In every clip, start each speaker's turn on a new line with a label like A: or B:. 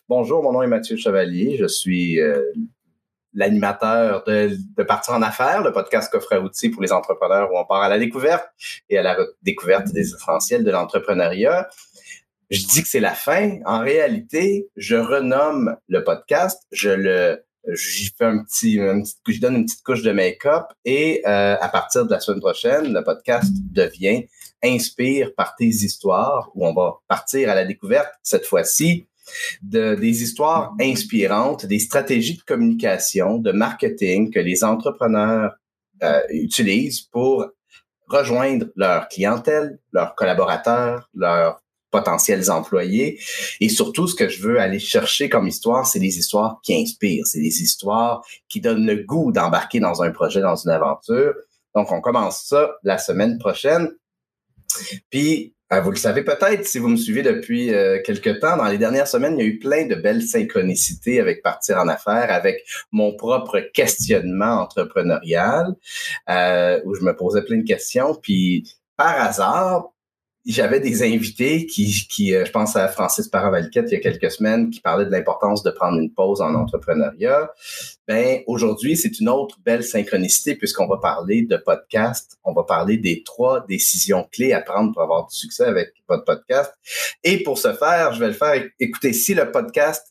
A: Bonjour, mon nom est Mathieu Chevalier. Je suis l'animateur de Partir en affaires, le podcast coffre à outils pour les entrepreneurs où on part à la découverte et à la découverte des essentiels de l'entrepreneuriat. Je dis que c'est la fin. En réalité, je renomme le podcast. J'y fais je donne une petite couche de make-up et à partir de la semaine prochaine, le podcast devient Inspire par tes histoires, où on va partir à la découverte cette fois-ci des histoires inspirantes, des stratégies de communication, de marketing que les entrepreneurs utilisent pour rejoindre leur clientèle, leurs collaborateurs, leurs potentiels employés. Et surtout, ce que je veux aller chercher comme histoire, c'est des histoires qui inspirent. C'est des histoires qui donnent le goût d'embarquer dans un projet, dans une aventure. Donc, on commence ça la semaine prochaine. Puis, vous le savez peut-être, si vous me suivez depuis quelque temps, dans les dernières semaines, il y a eu plein de belles synchronicités avec Partir en affaires, avec mon propre questionnement entrepreneurial, où je me posais plein de questions. Puis, par hasard, j'avais des invités qui je pense à Francis Parent-Valiquette il y a quelques semaines, qui parlait de l'importance de prendre une pause en entrepreneuriat. Ben, aujourd'hui, c'est une autre belle synchronicité puisqu'on va parler de podcast. On va parler des 3 décisions clés à prendre pour avoir du succès avec votre podcast. Et pour ce faire, je vais le faire. Écoutez, si le podcast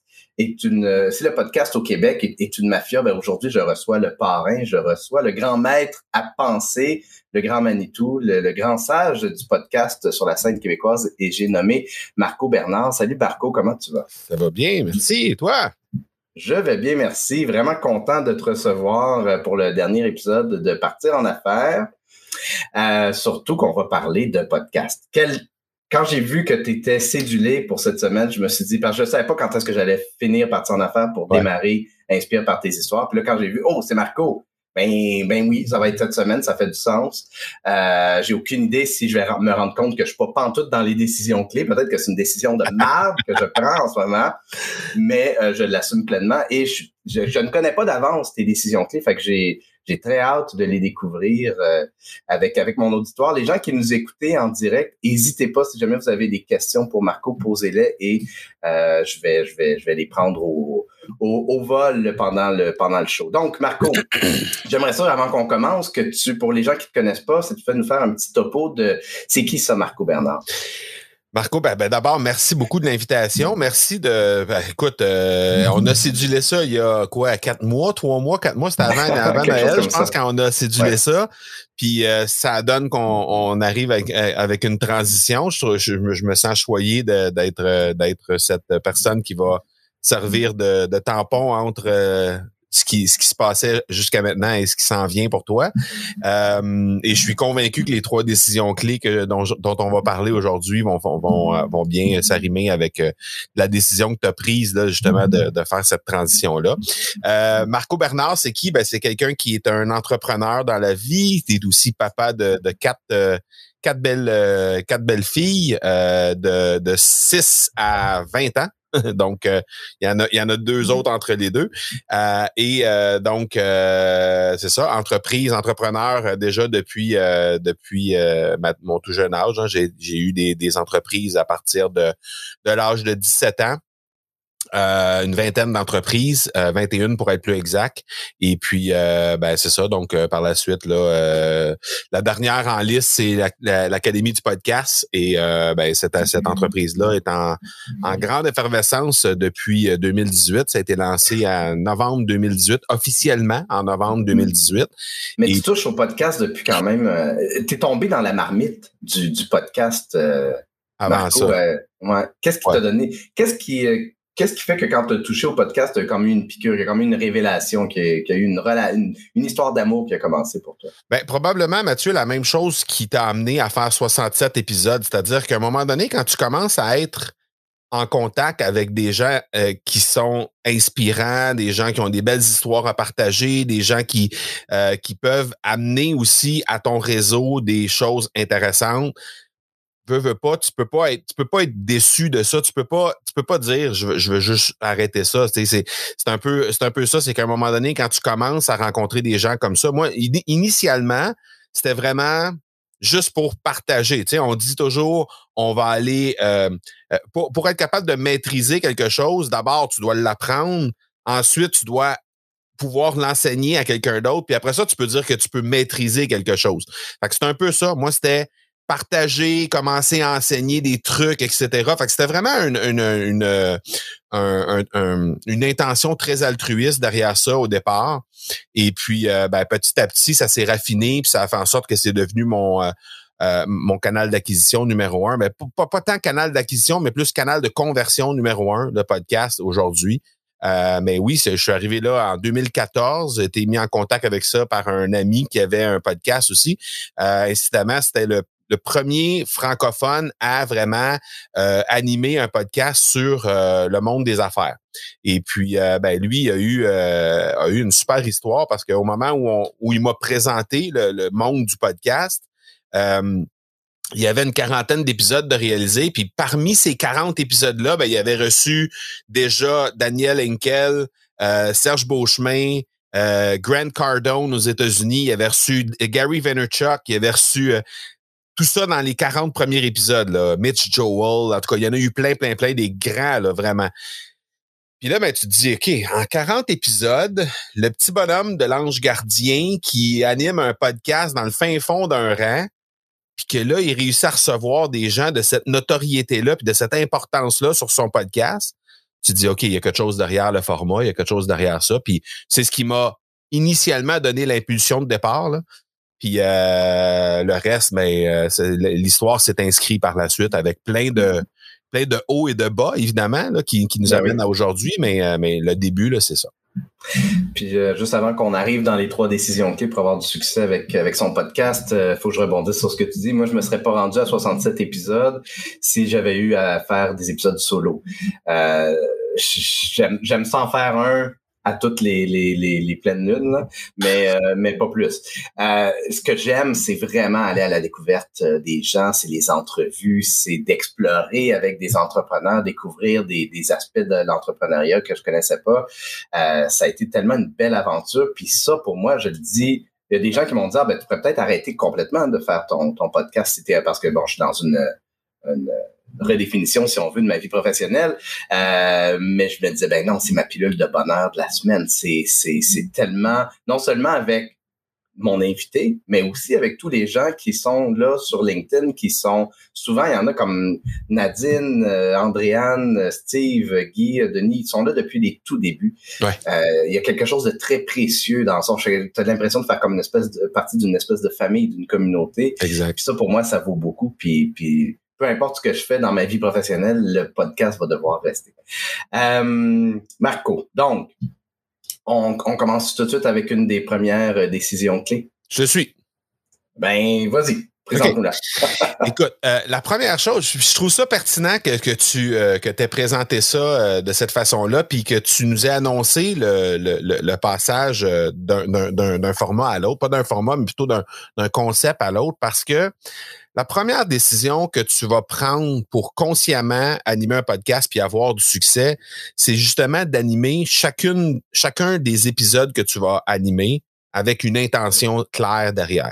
A: au Québec est une mafia, ben aujourd'hui, je reçois le parrain, je reçois le grand maître à penser, le grand Manitou, le grand sage du podcast sur la scène québécoise, et j'ai nommé Marco Bernard. Salut Marco, comment tu vas?
B: Ça va bien, merci. Et toi?
A: Je vais bien, merci. Vraiment content de te recevoir pour le dernier épisode de Partir en affaires. Surtout qu'on va parler de podcast. Quand j'ai vu que tu étais cédulé pour cette semaine, je me suis dit, parce que je ne savais pas quand est-ce que j'allais finir Partir en affaires pour démarrer Inspire par tes histoires. Puis là, quand j'ai vu, c'est Marco. Ben oui, ça va être cette semaine, ça fait du sens. J'ai aucune idée si je vais me rendre compte que je suis pas pantoute dans les décisions clés. Peut-être que c'est une décision de merde que je prends en ce moment, mais je l'assume pleinement et je ne connais pas d'avance tes décisions clés, fait que j'ai très hâte de les découvrir avec mon auditoire. Les gens qui nous écoutez en direct, n'hésitez pas, si jamais vous avez des questions pour Marco, posez-les et je vais les prendre au vol pendant le show. Donc, Marco, j'aimerais ça, avant qu'on commence, pour les gens qui te connaissent pas, tu fais nous faire un petit topo de c'est qui ça, Marco Bernard?
B: Marco, d'abord, merci beaucoup de l'invitation. Merci écoute, on a cédulé ça il y a 4 mois, 3 mois, 4 mois, c'était avant Noël, je pense, quand on a cédulé ça. Puis ça donne qu'on arrive avec une transition. Je me sens choyé d'être cette personne qui va servir de tampon entre ce qui se passait jusqu'à maintenant et ce qui s'en vient pour toi. Et je suis convaincu que les 3 décisions clés dont on va parler aujourd'hui vont bien s'arrimer avec la décision que tu as prise là, justement de faire cette transition-là. Marco Bernard, c'est qui? Ben, c'est quelqu'un qui est un entrepreneur dans la vie. Il est aussi papa de 4 belles filles de 6 à 20 ans. Donc, il y en a 2 autres entre les deux. Donc, c'est ça, entrepreneur déjà depuis mon tout jeune âge. Hein, j'ai eu des entreprises à partir de l'âge de 17 ans. Une vingtaine d'entreprises, 21 pour être plus exact. Et puis, c'est ça. Donc, par la suite, là, la dernière en liste, c'est l'Académie du podcast. Et cette entreprise-là est en grande effervescence depuis 2018. Ça a été lancé en novembre 2018, officiellement en novembre 2018.
A: Mais tu touches au podcast depuis quand même... t'es tombé dans la marmite du podcast,
B: avant
A: Marco.
B: Ça.
A: Qu'est-ce qui t'a donné... Qu'est-ce qui fait que quand tu as touché au podcast, tu as comme eu une piqûre, il y a comme eu une révélation, qu'il y a eu une histoire d'amour qui a commencé pour toi?
B: Ben, probablement, Mathieu, la même chose qui t'a amené à faire 67 épisodes. C'est-à-dire qu'à un moment donné, quand tu commences à être en contact avec des gens qui sont inspirants, des gens qui ont des belles histoires à partager, des gens qui peuvent amener aussi à ton réseau des choses intéressantes, veux pas, tu peux pas être déçu de ça. Tu peux pas dire je veux juste arrêter ça. C'est un peu ça. C'est qu'à un moment donné, quand tu commences à rencontrer des gens comme ça, moi, initialement, c'était vraiment juste pour partager. Tu sais, on dit toujours, on va aller... pour être capable de maîtriser quelque chose, d'abord, tu dois l'apprendre. Ensuite, tu dois pouvoir l'enseigner à quelqu'un d'autre. Puis après ça, tu peux dire que tu peux maîtriser quelque chose. Fait que c'est un peu ça. Moi, c'était partager, commencer à enseigner des trucs, etc. Fait que c'était vraiment une intention très altruiste derrière ça au départ. Et puis, petit à petit, ça s'est raffiné, puis ça a fait en sorte que c'est devenu mon canal d'acquisition numéro 1. Mais pas tant canal d'acquisition, mais plus canal de conversion numéro 1 de podcast aujourd'hui. Mais oui, je suis arrivé là en 2014. J'ai été mis en contact avec ça par un ami qui avait un podcast aussi. Incidemment, c'était le premier francophone à vraiment animer un podcast sur le monde des affaires. Et puis, lui a eu une super histoire parce qu'au moment où il m'a présenté le monde du podcast, il y avait une 40aine d'épisodes de réaliser, puis parmi ces 40 épisodes-là, il avait reçu déjà Daniel Henkel, Serge Beauchemin, Grant Cardone aux États-Unis, il avait reçu Gary Vaynerchuk, il avait reçu tout ça dans les 40 premiers épisodes, là. Mitch Joel, en tout cas, il y en a eu plein, des grands, là, vraiment. Puis là, tu te dis, OK, en 40 épisodes, le petit bonhomme de l'Ange Gardien qui anime un podcast dans le fin fond d'un rang, puis que là, il réussit à recevoir des gens de cette notoriété-là puis de cette importance-là sur son podcast, tu te dis, OK, il y a quelque chose derrière le format, il y a quelque chose derrière ça. Puis c'est ce qui m'a initialement donné l'impulsion de départ, là. Puis le reste, l'histoire s'est inscrite par la suite avec plein de hauts et de bas, évidemment, là, qui nous amènent à aujourd'hui, mais le début, là, c'est ça.
A: Puis juste avant qu'on arrive dans les 3 décisions clés pour avoir du succès avec son podcast, faut que je rebondisse sur ce que tu dis. Moi, je me serais pas rendu à 67 épisodes si j'avais eu à faire des épisodes solo. J'aime ça en faire un à toutes les pleines lunes, là, mais pas plus. Ce que j'aime, c'est vraiment aller à la découverte des gens, c'est les entrevues, c'est d'explorer avec des entrepreneurs, découvrir des aspects de l'entrepreneuriat que je connaissais pas. Ça a été tellement une belle aventure. Puis ça, pour moi, je le dis, il y a des gens qui m'ont dit, tu pourrais peut-être arrêter complètement de faire ton podcast, parce que je suis dans une redéfinition, si on veut, de ma vie professionnelle. Mais je me disais, non, c'est ma pilule de bonheur de la semaine. C'est tellement, non seulement avec mon invité, mais aussi avec tous les gens qui sont là sur LinkedIn, qui sont, souvent, il y en a comme Nadine, Andréane, Steve, Guy, Denis, ils sont là depuis les tout débuts.
B: Ouais.
A: Il y a quelque chose de très précieux dans ça. Tu as l'impression de faire comme partie d'une espèce de famille, d'une communauté.
B: Exact.
A: Puis ça, pour moi, ça vaut beaucoup. Puis peu importe ce que je fais dans ma vie professionnelle, le podcast va devoir rester. Marco, donc, on commence tout de suite avec une des premières décisions clés.
B: Je suis.
A: Vas-y, présente-nous-la.
B: Okay. Écoute, la première chose, je trouve ça pertinent que tu aies présenté ça de cette façon-là, puis que tu nous aies annoncé le passage d'un format à l'autre, pas d'un format, mais plutôt d'un concept à l'autre, parce que la première décision que tu vas prendre pour consciemment animer un podcast puis avoir du succès, c'est justement d'animer chacun des épisodes que tu vas animer avec une intention claire derrière.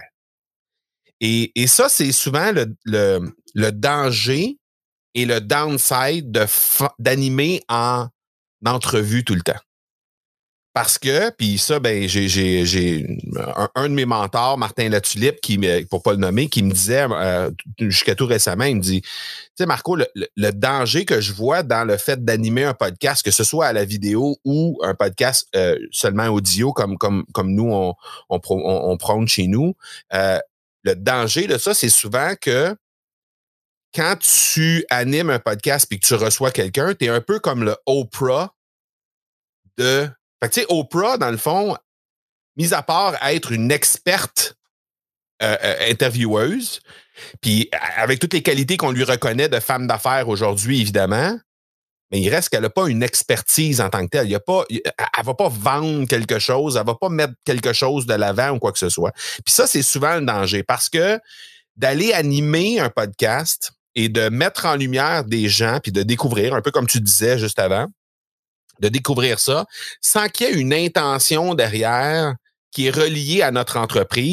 B: Et ça, c'est souvent le danger et le downside d'animer en entrevue tout le temps. Parce que, puis ça, j'ai un de mes mentors, Martin Latulippe, pour pas le nommer, qui me disait jusqu'à tout récemment, il me dit, tu sais, Marco, le danger que je vois dans le fait d'animer un podcast, que ce soit à la vidéo ou un podcast seulement audio, comme nous on prône chez nous, le danger de ça, c'est souvent que quand tu animes un podcast puis que tu reçois quelqu'un, t'es un peu comme le Oprah de... Fait que tu sais, Oprah, dans le fond, mis à part être une experte intervieweuse, puis avec toutes les qualités qu'on lui reconnaît de femme d'affaires aujourd'hui, évidemment, mais il reste qu'elle n'a pas une expertise en tant que telle. Elle va pas vendre quelque chose, elle va pas mettre quelque chose de l'avant ou quoi que ce soit. Puis ça, c'est souvent le danger, parce que d'aller animer un podcast et de mettre en lumière des gens, puis de découvrir, un peu comme tu disais juste avant, de découvrir ça, sans qu'il y ait une intention derrière qui est reliée à notre entreprise,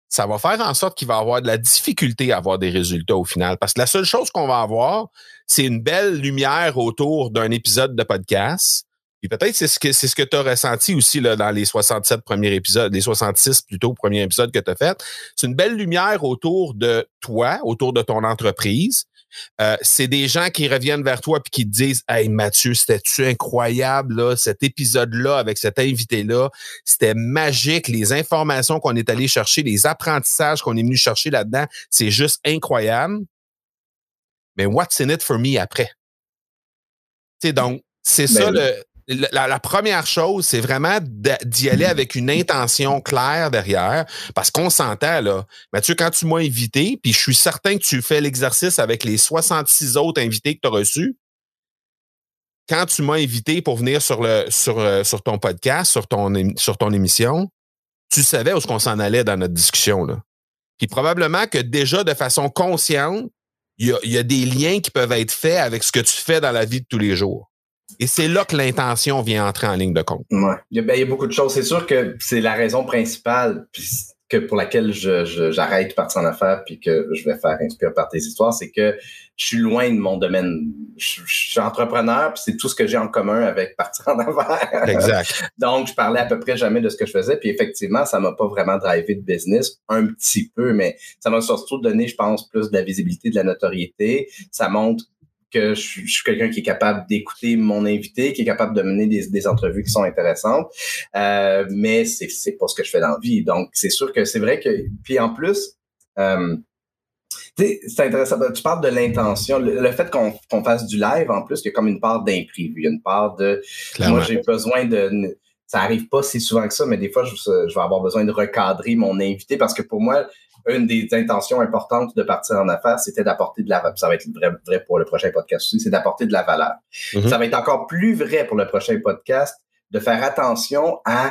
B: ça va faire en sorte qu'il va avoir de la difficulté à avoir des résultats au final. Parce que la seule chose qu'on va avoir, c'est une belle lumière autour d'un épisode de podcast. Puis peut-être c'est ce que tu as ressenti aussi là, dans les 67 premiers épisodes, les 66 plutôt premiers épisodes que tu as fait. C'est une belle lumière autour de toi, autour de ton entreprise. C'est des gens qui reviennent vers toi puis qui te disent « Hey Mathieu, c'était-tu incroyable là, cet épisode-là avec cet invité-là, c'était magique, les informations qu'on est allé chercher, les apprentissages qu'on est venu chercher là-dedans, c'est juste incroyable. Mais what's in it for me après? » Tu sais, donc, c'est ça la première chose, c'est vraiment d'y aller avec une intention claire derrière, parce qu'on s'entend, là. Mathieu, quand tu m'as invité, puis je suis certain que tu fais l'exercice avec les 66 autres invités que tu as reçus, quand tu m'as invité pour venir sur ton podcast, sur ton émission, tu savais où est-ce qu'on s'en allait dans notre discussion, là. Puis probablement que déjà, de façon consciente, il y a des liens qui peuvent être faits avec ce que tu fais dans la vie de tous les jours. Et c'est là que l'intention vient entrer en ligne de compte.
A: Ouais. Il y a beaucoup de choses. C'est sûr que c'est la raison principale pour laquelle j'arrête de partir en affaires puis que je vais faire inspirer par tes histoires, c'est que je suis loin de mon domaine. Je suis entrepreneur puis c'est tout ce que j'ai en commun avec partir en affaires.
B: Exact.
A: Donc, je parlais à peu près jamais de ce que je faisais. Puis effectivement, ça m'a pas vraiment drivé de business, un petit peu, mais ça m'a surtout donné, je pense, plus de la visibilité, de la notoriété. Ça montre que je suis quelqu'un qui est capable d'écouter mon invité, qui est capable de mener des entrevues qui sont intéressantes, mais c'est pas ce que je fais dans la vie. Donc, c'est sûr que c'est vrai que... Puis en plus, c'est intéressant, tu parles de l'intention, le fait qu'on fasse du live, en plus, il y a comme une part d'imprévu, il y a une part de... Clairement. Moi, j'ai besoin de... Ça arrive pas si souvent que ça, mais des fois, je vais avoir besoin de recadrer mon invité parce que pour moi, une des intentions importantes de partir en affaires, c'était d'apporter de la valeur. Ça va être vrai pour le prochain podcast aussi, c'est d'apporter de la valeur. Mm-hmm. Ça va être encore plus vrai pour le prochain podcast de faire attention à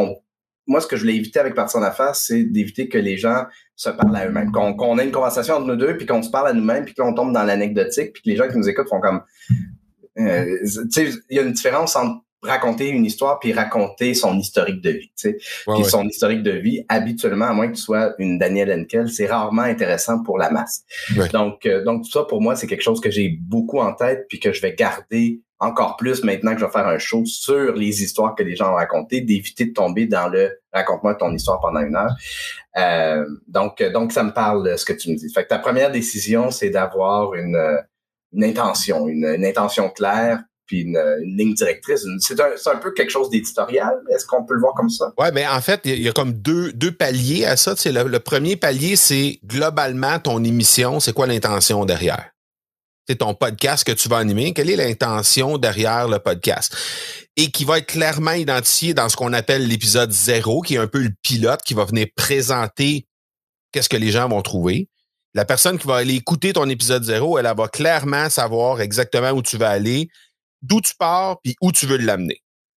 A: moi, ce que je voulais éviter avec partir en affaires, c'est d'éviter que les gens se parlent à eux-mêmes. Qu'on ait une conversation entre nous deux, puis qu'on se parle à nous-mêmes, puis qu'on tombe dans l'anecdotique, puis que les gens qui nous écoutent font comme... tu sais, il y a une différence entre raconter une histoire puis raconter son historique de vie, tu sais. Puis son historique de vie, habituellement, à moins que tu sois une Danielle Henkel, c'est rarement intéressant pour la masse. Ouais. Donc tout ça, pour moi, c'est quelque chose que j'ai beaucoup en tête puis que je vais garder encore plus maintenant que je vais faire un show sur les histoires que les gens ont racontées, d'éviter de tomber dans le « raconte-moi ton histoire pendant 1 heure ». Donc, ça me parle ce que tu me dis. Fait que ta première décision, c'est d'avoir une intention, une intention claire, puis une ligne directrice. C'est un peu quelque chose d'éditorial. Est-ce qu'on peut le voir comme ça?
B: Ouais, mais en fait, il y a comme deux paliers à ça. Tu sais, le premier palier, c'est globalement ton émission, c'est quoi l'intention derrière? C'est ton podcast que tu vas animer. Quelle est l'intention derrière le podcast? Et qui va être clairement identifié dans ce qu'on appelle l'épisode 0, qui est un peu le pilote qui va venir présenter qu'est-ce que les gens vont trouver. La personne qui va aller écouter ton épisode 0, elle va clairement savoir exactement où tu vas aller, d'où tu pars puis où tu veux l'amener.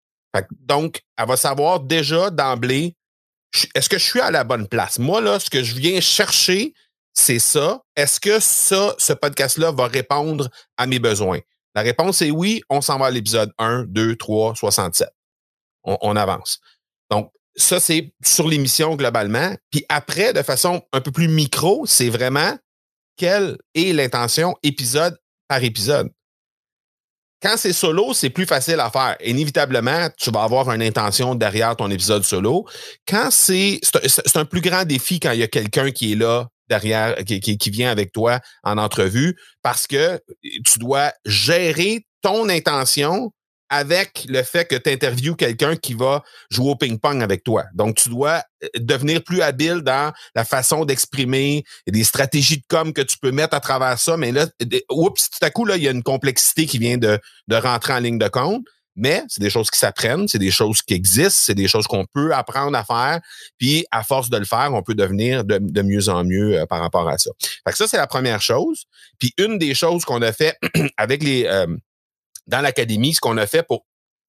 B: Donc, elle va savoir déjà d'emblée, est-ce que je suis à la bonne place? Moi, là, ce que je viens chercher, c'est ça. Est-ce que ce podcast-là va répondre à mes besoins? La réponse est oui, on s'en va à l'épisode 1, 2, 3, 67. On avance. Donc, ça, c'est sur l'émission globalement. Puis après, de façon un peu plus micro, c'est vraiment quelle est l'intention épisode par épisode. Quand c'est solo, c'est plus facile à faire. Inévitablement, tu vas avoir une intention derrière ton épisode solo. Quand c'est un plus grand défi quand il y a quelqu'un qui est là derrière, qui vient avec toi en entrevue, parce que tu dois gérer ton intention avec le fait que tu interviewes quelqu'un qui va jouer au ping-pong avec toi. Donc, tu dois devenir plus habile dans la façon d'exprimer, des stratégies de com que tu peux mettre à travers ça. Mais là, oups, tout à coup, là, il y a une complexité qui vient de rentrer en ligne de compte. Mais c'est des choses qui s'apprennent, c'est des choses qui existent, c'est des choses qu'on peut apprendre à faire. Puis, à force de le faire, on peut devenir de mieux en mieux par rapport à ça. Fait que ça, c'est la première chose. Puis, une des choses qu'on a fait avec dans l'académie, ce qu'on a fait pour...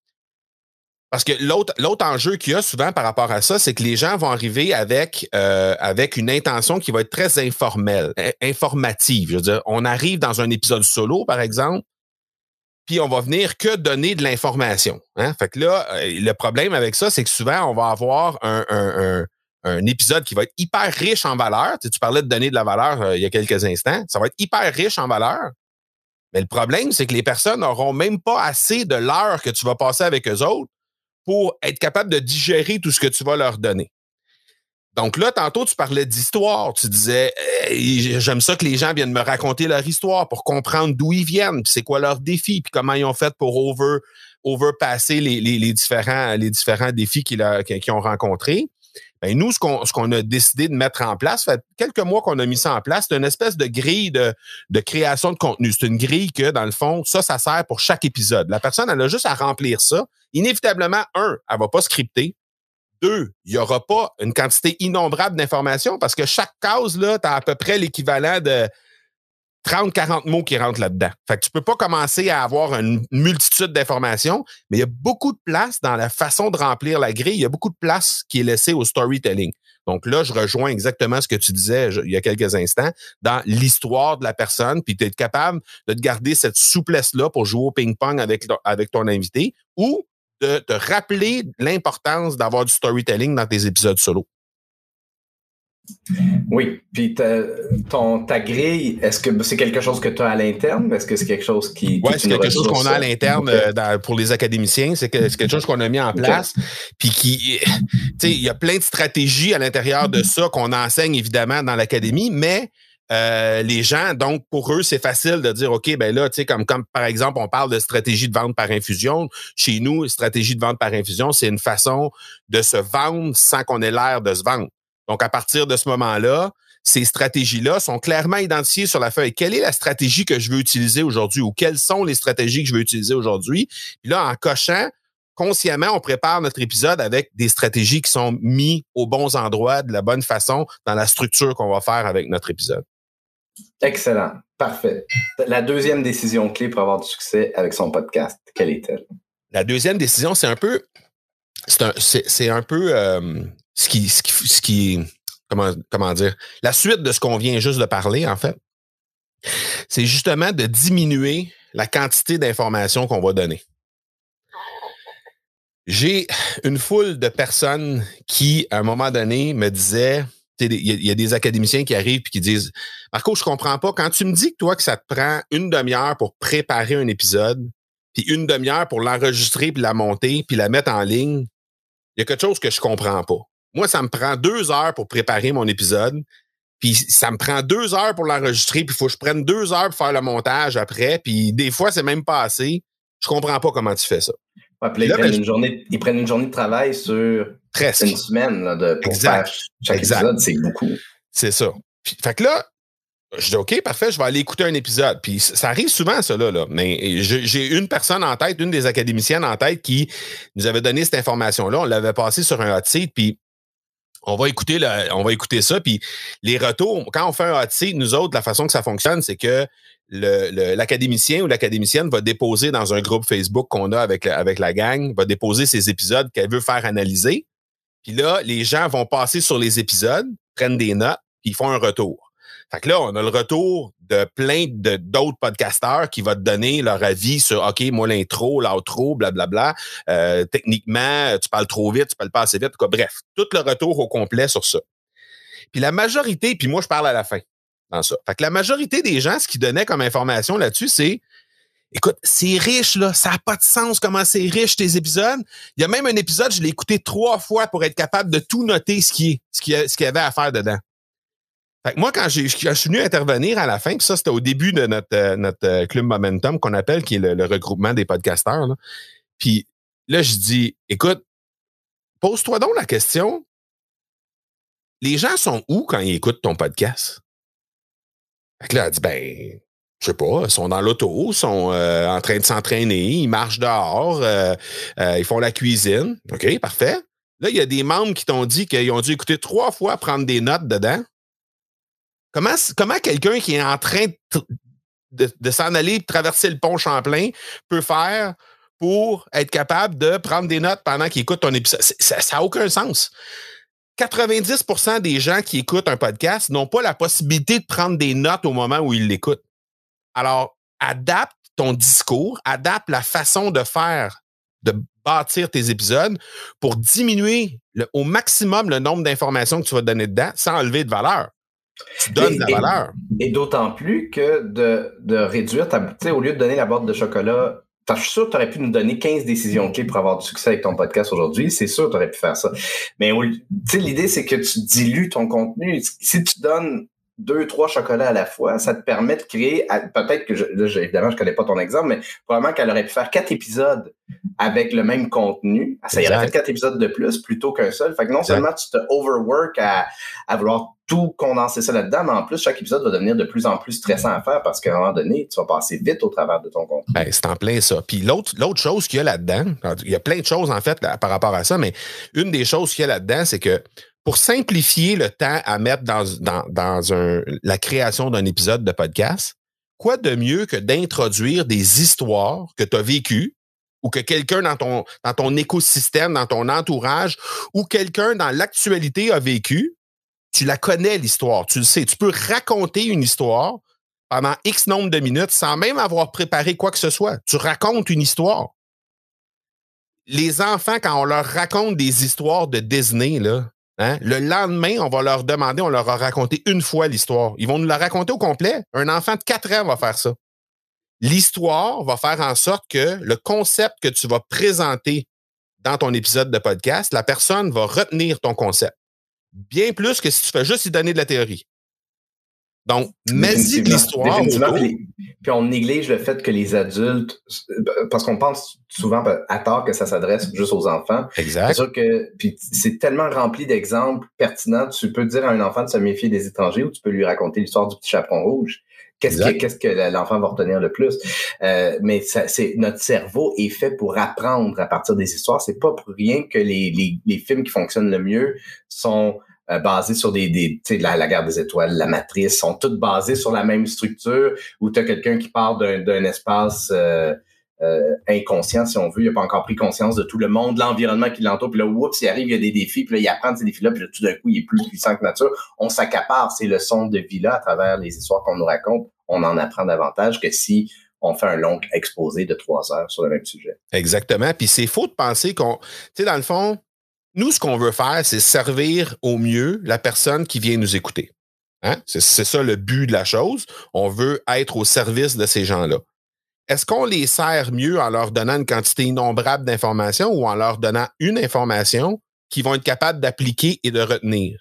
B: Parce que l'autre enjeu qu'il y a souvent par rapport à ça, c'est que les gens vont arriver avec une intention qui va être très informelle, informative. Je veux dire, on arrive dans un épisode solo, par exemple, puis on va venir que donner de l'information. Hein? Fait que là, le problème avec ça, c'est que souvent, on va avoir un un épisode qui va être hyper riche en valeur. Tu parlais de donner de la valeur il y a quelques instants. Ça va être hyper riche en valeur. Mais le problème, c'est que les personnes n'auront même pas assez de l'heure que tu vas passer avec eux autres pour être capable de digérer tout ce que tu vas leur donner. Donc là, tantôt, tu parlais d'histoire. Tu disais, hey, j'aime ça que les gens viennent me raconter leur histoire pour comprendre d'où ils viennent, puis c'est quoi leur défi, puis comment ils ont fait pour overpasser les différents défis qu'ils ont rencontrés. Ben nous, ce qu'on a décidé de mettre en place, ça fait quelques mois qu'on a mis ça en place, c'est une espèce de grille de création de contenu. C'est une grille que, dans le fond, ça sert pour chaque épisode. La personne, elle a juste à remplir ça. Inévitablement, elle va pas scripter. 2, il n'y aura pas une quantité innombrable d'informations parce que chaque case, là, tu as à peu près l'équivalent de 30-40 mots qui rentrent là-dedans. Fait que tu peux pas commencer à avoir une multitude d'informations, mais il y a beaucoup de place dans la façon de remplir la grille. Il y a beaucoup de place qui est laissée au storytelling. Donc là, je rejoins exactement ce que tu disais il y a quelques instants dans l'histoire de la personne, puis d'être capable de te garder cette souplesse-là pour jouer au ping-pong avec ton invité ou de te rappeler l'importance d'avoir du storytelling dans tes épisodes solo.
A: Oui, puis ta grille, est-ce que c'est quelque chose que tu as à l'interne? Est-ce que c'est quelque chose qui...
B: Oui, c'est quelque chose qu'on a à l'interne pour les académiciens. C'est quelque chose qu'on a mis en place. Puis tu sais, il y a plein de stratégies à l'intérieur de ça qu'on enseigne évidemment dans l'académie, mais les gens, donc, pour eux, c'est facile de dire, OK, ben là, tu sais, comme par exemple, on parle de stratégie de vente par infusion. Chez nous, stratégie de vente par infusion, c'est une façon de se vendre sans qu'on ait l'air de se vendre. Donc, à partir de ce moment-là, ces stratégies-là sont clairement identifiées sur la feuille. Quelle est la stratégie que je veux utiliser aujourd'hui ou quelles sont les stratégies que je veux utiliser aujourd'hui? Puis là, en cochant, consciemment, on prépare notre épisode avec des stratégies qui sont mises aux bons endroits, de la bonne façon, dans la structure qu'on va faire avec notre épisode.
A: Excellent. Parfait. La deuxième décision clé pour avoir du succès avec son podcast, quelle est-elle?
B: La deuxième décision, c'est un peu ce qui comment dire, la suite de ce qu'on vient juste de parler, en fait, c'est justement de diminuer la quantité d'informations qu'on va donner. J'ai une foule de personnes qui, à un moment donné, me disaient, il y a des académiciens qui arrivent et qui disent, Marco, je comprends pas, quand tu me dis que toi, que ça te prend une demi-heure pour préparer un épisode, puis une demi-heure pour l'enregistrer, puis la monter, puis la mettre en ligne, il y a quelque chose que je comprends pas. Moi, ça me prend 2 heures pour préparer mon épisode, puis ça me prend 2 heures pour l'enregistrer, puis il faut que je prenne 2 heures pour faire le montage après, puis des fois, c'est même pas assez. Je comprends pas comment tu fais ça.
A: Ouais, puis là, ils prennent une journée de travail sur
B: presque
A: une semaine là, pour faire chaque épisode, c'est beaucoup.
B: C'est ça. Puis, fait que là, je dis OK, parfait, je vais aller écouter un épisode. Puis ça arrive souvent, ça, là. Mais j'ai une personne en tête, une des académiciennes en tête qui nous avait donné cette information-là. On l'avait passé sur un hot seat, puis on va écouter ça. Puis les retours, quand on fait un hot seat, nous autres, la façon que ça fonctionne, c'est que l'académicien ou l'académicienne va déposer dans un groupe Facebook qu'on a avec la gang, va déposer ses épisodes qu'elle veut faire analyser. Puis là, les gens vont passer sur les épisodes, prennent des notes, puis ils font un retour. Fait que là, on a le retour de plein d'autres podcasteurs qui vont te donner leur avis sur, OK, moi, l'intro, l'outro, blablabla. Techniquement, tu parles trop vite, tu parles pas assez vite. En tout cas, bref, tout le retour au complet sur ça. Puis la majorité, puis moi, je parle à la fin dans ça. Fait que la majorité des gens, ce qu'ils donnaient comme information là-dessus, c'est, écoute, c'est riche, là. Ça n'a pas de sens comment c'est riche, tes épisodes. Il y a même un épisode, je l'ai écouté 3 fois pour être capable de tout noter ce qu'il y avait à faire dedans. Fait que moi, quand je suis venu intervenir à la fin, puis ça, c'était au début de notre Club Momentum qu'on appelle, qui est le regroupement des podcasteurs. Là. Puis là, je dis, écoute, pose-toi donc la question, les gens sont où quand ils écoutent ton podcast? Fait que là, elle dit, ben, je sais pas, ils sont dans l'auto, ils sont en train de s'entraîner, ils marchent dehors, ils font la cuisine. OK, parfait. Là, il y a des membres qui t'ont dit qu'ils ont dû écouter 3 fois, prendre des notes dedans. Comment quelqu'un qui est en train de s'en aller traverser le pont Champlain peut faire pour être capable de prendre des notes pendant qu'il écoute ton épisode? Ça n'a aucun sens. 90% des gens qui écoutent un podcast n'ont pas la possibilité de prendre des notes au moment où ils l'écoutent. Alors, adapte ton discours, adapte la façon de faire, de bâtir tes épisodes pour diminuer au maximum le nombre d'informations que tu vas donner dedans sans enlever de valeur. Tu donnes de la valeur.
A: Et d'autant plus que de réduire tu sais, au lieu de donner la boîte de chocolat, je suis sûr que tu aurais pu nous donner 15 décisions clés pour avoir du succès avec ton podcast aujourd'hui. C'est sûr que tu aurais pu faire ça. Mais tu sais, l'idée, c'est que tu dilues ton contenu. Si tu donnes 2-3 chocolats à la fois, ça te permet de créer, peut-être que, évidemment, je connais pas ton exemple, mais probablement qu'elle aurait pu faire 4 épisodes avec le même contenu. Ça y aurait fait 4 épisodes de plus plutôt qu'un seul. Fait que non seulement tu te overwork à vouloir tout condenser ça là-dedans, mais en plus, chaque épisode va devenir de plus en plus stressant à faire parce qu'à un moment donné, tu vas passer vite au travers de ton contenu.
B: Ben, c'est en plein ça. Puis l'autre chose qu'il y a là-dedans, il y a plein de choses en fait par rapport à ça, mais une des choses qu'il y a là-dedans, c'est que pour simplifier le temps à mettre dans la création d'un épisode de podcast, quoi de mieux que d'introduire des histoires que tu as vécues ou que quelqu'un dans ton écosystème, dans ton entourage ou quelqu'un dans l'actualité a vécu. Tu la connais, l'histoire, tu le sais. Tu peux raconter une histoire pendant X nombre de minutes sans même avoir préparé quoi que ce soit. Tu racontes une histoire. Les enfants, quand on leur raconte des histoires de Disney, là, hein, le lendemain, on va leur demander, on leur a raconté une fois l'histoire. Ils vont nous la raconter au complet. Un enfant de 4 ans va faire ça. L'histoire va faire en sorte que le concept que tu vas présenter dans ton épisode de podcast, la personne va retenir ton concept. Bien plus que si tu fais juste y donner de la théorie. Donc, mets-y de l'histoire.
A: Puis on néglige le fait que les adultes, parce qu'on pense souvent à tort que ça s'adresse juste aux enfants.
B: Exact.
A: C'est sûr que puis c'est tellement rempli d'exemples pertinents. Tu peux dire à un enfant de se méfier des étrangers ou tu peux lui raconter l'histoire du petit chaperon rouge. Qu'est-ce que l'enfant va retenir le plus? Mais notre cerveau est fait pour apprendre à partir des histoires. C'est pas pour rien que les films qui fonctionnent le mieux sont basés sur tu sais, la guerre des étoiles, la matrice, sont toutes basées sur la même structure où tu as quelqu'un qui part d'un espace inconscient, si on veut. Il n'a pas encore pris conscience de tout le monde, l'environnement qui l'entoure. Puis là, oups, il arrive, il y a des défis. Puis là, il apprend de ces défis-là. Puis là, tout d'un coup, il est plus puissant que nature. On s'accapare ces leçons de vie-là à travers les histoires qu'on nous raconte. On en apprend davantage que si on fait un long exposé de 3 heures sur le même sujet.
B: Exactement. Puis c'est faux de penser tu sais, dans le fond, nous, ce qu'on veut faire, c'est servir au mieux la personne qui vient nous écouter. Hein? C'est ça le but de la chose. On veut être au service de ces gens-là. Est-ce qu'on les sert mieux en leur donnant une quantité innombrable d'informations ou en leur donnant une information qu'ils vont être capables d'appliquer et de retenir?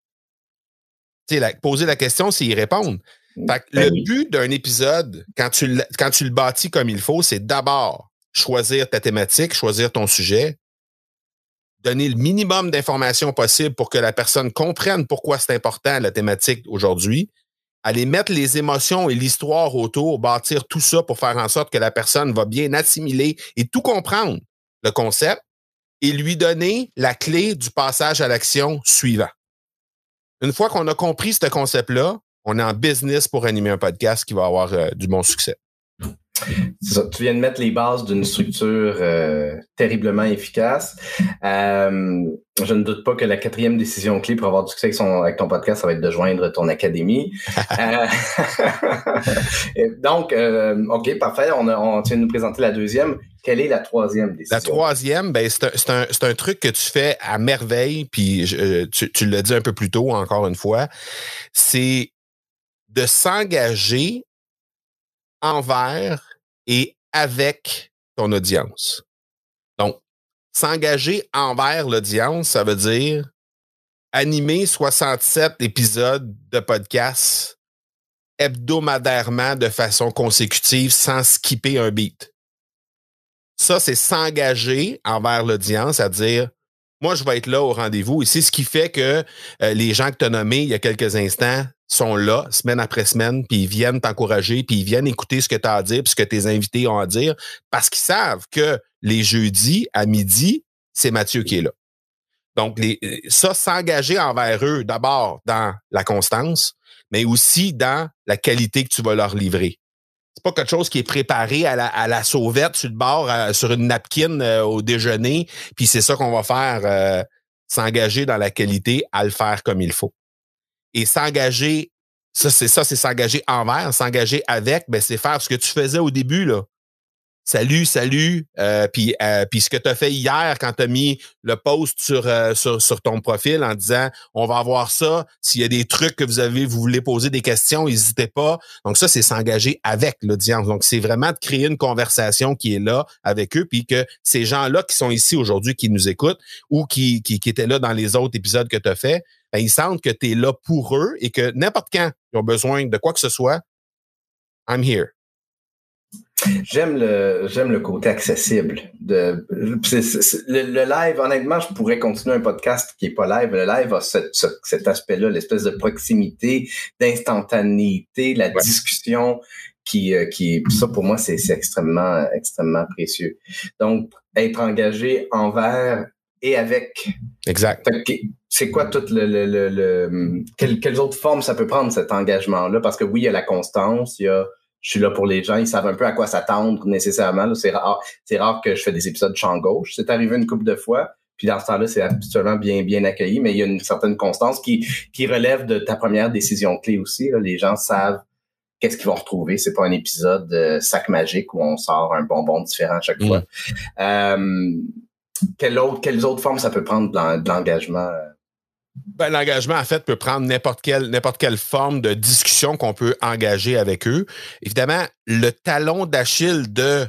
B: Tu sais, poser la question, c'est y répondre. Fait que le but d'un épisode, quand tu le bâtis comme il faut, c'est d'abord choisir ta thématique, choisir ton sujet, donner le minimum d'informations possible pour que la personne comprenne pourquoi c'est important la thématique aujourd'hui, aller mettre les émotions et l'histoire autour, bâtir tout ça pour faire en sorte que la personne va bien assimiler et tout comprendre le concept et lui donner la clé du passage à l'action suivant. Une fois qu'on a compris ce concept-là, on est en business pour animer un podcast qui va avoir du bon succès.
A: C'est ça. Tu viens de mettre les bases d'une structure terriblement efficace. Je ne doute pas que la 4e décision clé pour avoir du succès avec ton podcast, ça va être de joindre ton académie. Donc, OK, parfait. On vient de nous présenter la 2e. Quelle est la 3e décision?
B: La 3e, ben, c'est un truc que tu fais à merveille, puis tu l'as dit un peu plus tôt, encore une fois, c'est de s'engager envers et avec ton audience. Donc, s'engager envers l'audience, ça veut dire animer 67 épisodes de podcast hebdomadairement de façon consécutive sans skipper un beat. Ça, c'est s'engager envers l'audience, à dire moi, je vais être là au rendez-vous. Et c'est ce qui fait que les gens que tu as nommés il y a quelques instants sont là, semaine après semaine, puis ils viennent t'encourager, puis ils viennent écouter ce que tu as à dire, puis ce que tes invités ont à dire, parce qu'ils savent que les jeudis à midi, c'est Mathieu qui est là. Donc, ça, s'engager envers eux, d'abord dans la constance, mais aussi dans la qualité que tu vas leur livrer. C'est pas quelque chose qui est préparé à la sauvette sur le bord, sur une napkin au déjeuner, puis c'est ça qu'on va faire, s'engager dans la qualité à le faire comme il faut. Et s'engager, c'est s'engager envers, s'engager avec, ben c'est faire ce que tu faisais au début, là. salut, puis ce que tu as fait hier quand tu as mis le post sur ton profil en disant on va avoir ça, s'il y a des trucs que vous voulez poser des questions, n'hésitez pas. Donc ça, c'est s'engager avec l'audience. Donc c'est vraiment de créer une conversation qui est là avec eux, puis que ces gens-là qui sont ici aujourd'hui, qui nous écoutent ou qui étaient là dans les autres épisodes que tu as fait, ben, ils sentent que tu es là pour eux et que n'importe quand ils ont besoin de quoi que ce soit, I'm here.
A: J'aime le côté accessible. Le live, honnêtement, je pourrais continuer un podcast qui est pas live. Le live a cet aspect-là, l'espèce de proximité, d'instantanéité, la discussion qui ça pour moi c'est extrêmement précieux. Donc être engagé envers et avec.
B: Exact.
A: C'est quoi toute quelles autres formes ça peut prendre cet engagement-là? Parce que oui, il y a la constance, il y a je suis là pour les gens, ils savent un peu à quoi s'attendre nécessairement. Là, c'est rare que je fais des épisodes champ gauche. C'est arrivé une couple de fois, puis dans ce temps-là, c'est habituellement bien accueilli, mais il y a une certaine constance qui relève de ta première décision clé aussi. Là. Les gens savent qu'est-ce qu'ils vont retrouver. C'est pas un épisode sac magique où on sort un bonbon différent à chaque fois. Quelles autres formes ça peut prendre de l'engagement?
B: Ben, l'engagement, en fait, peut prendre n'importe quelle forme de discussion qu'on peut engager avec eux. Évidemment, le talon d'Achille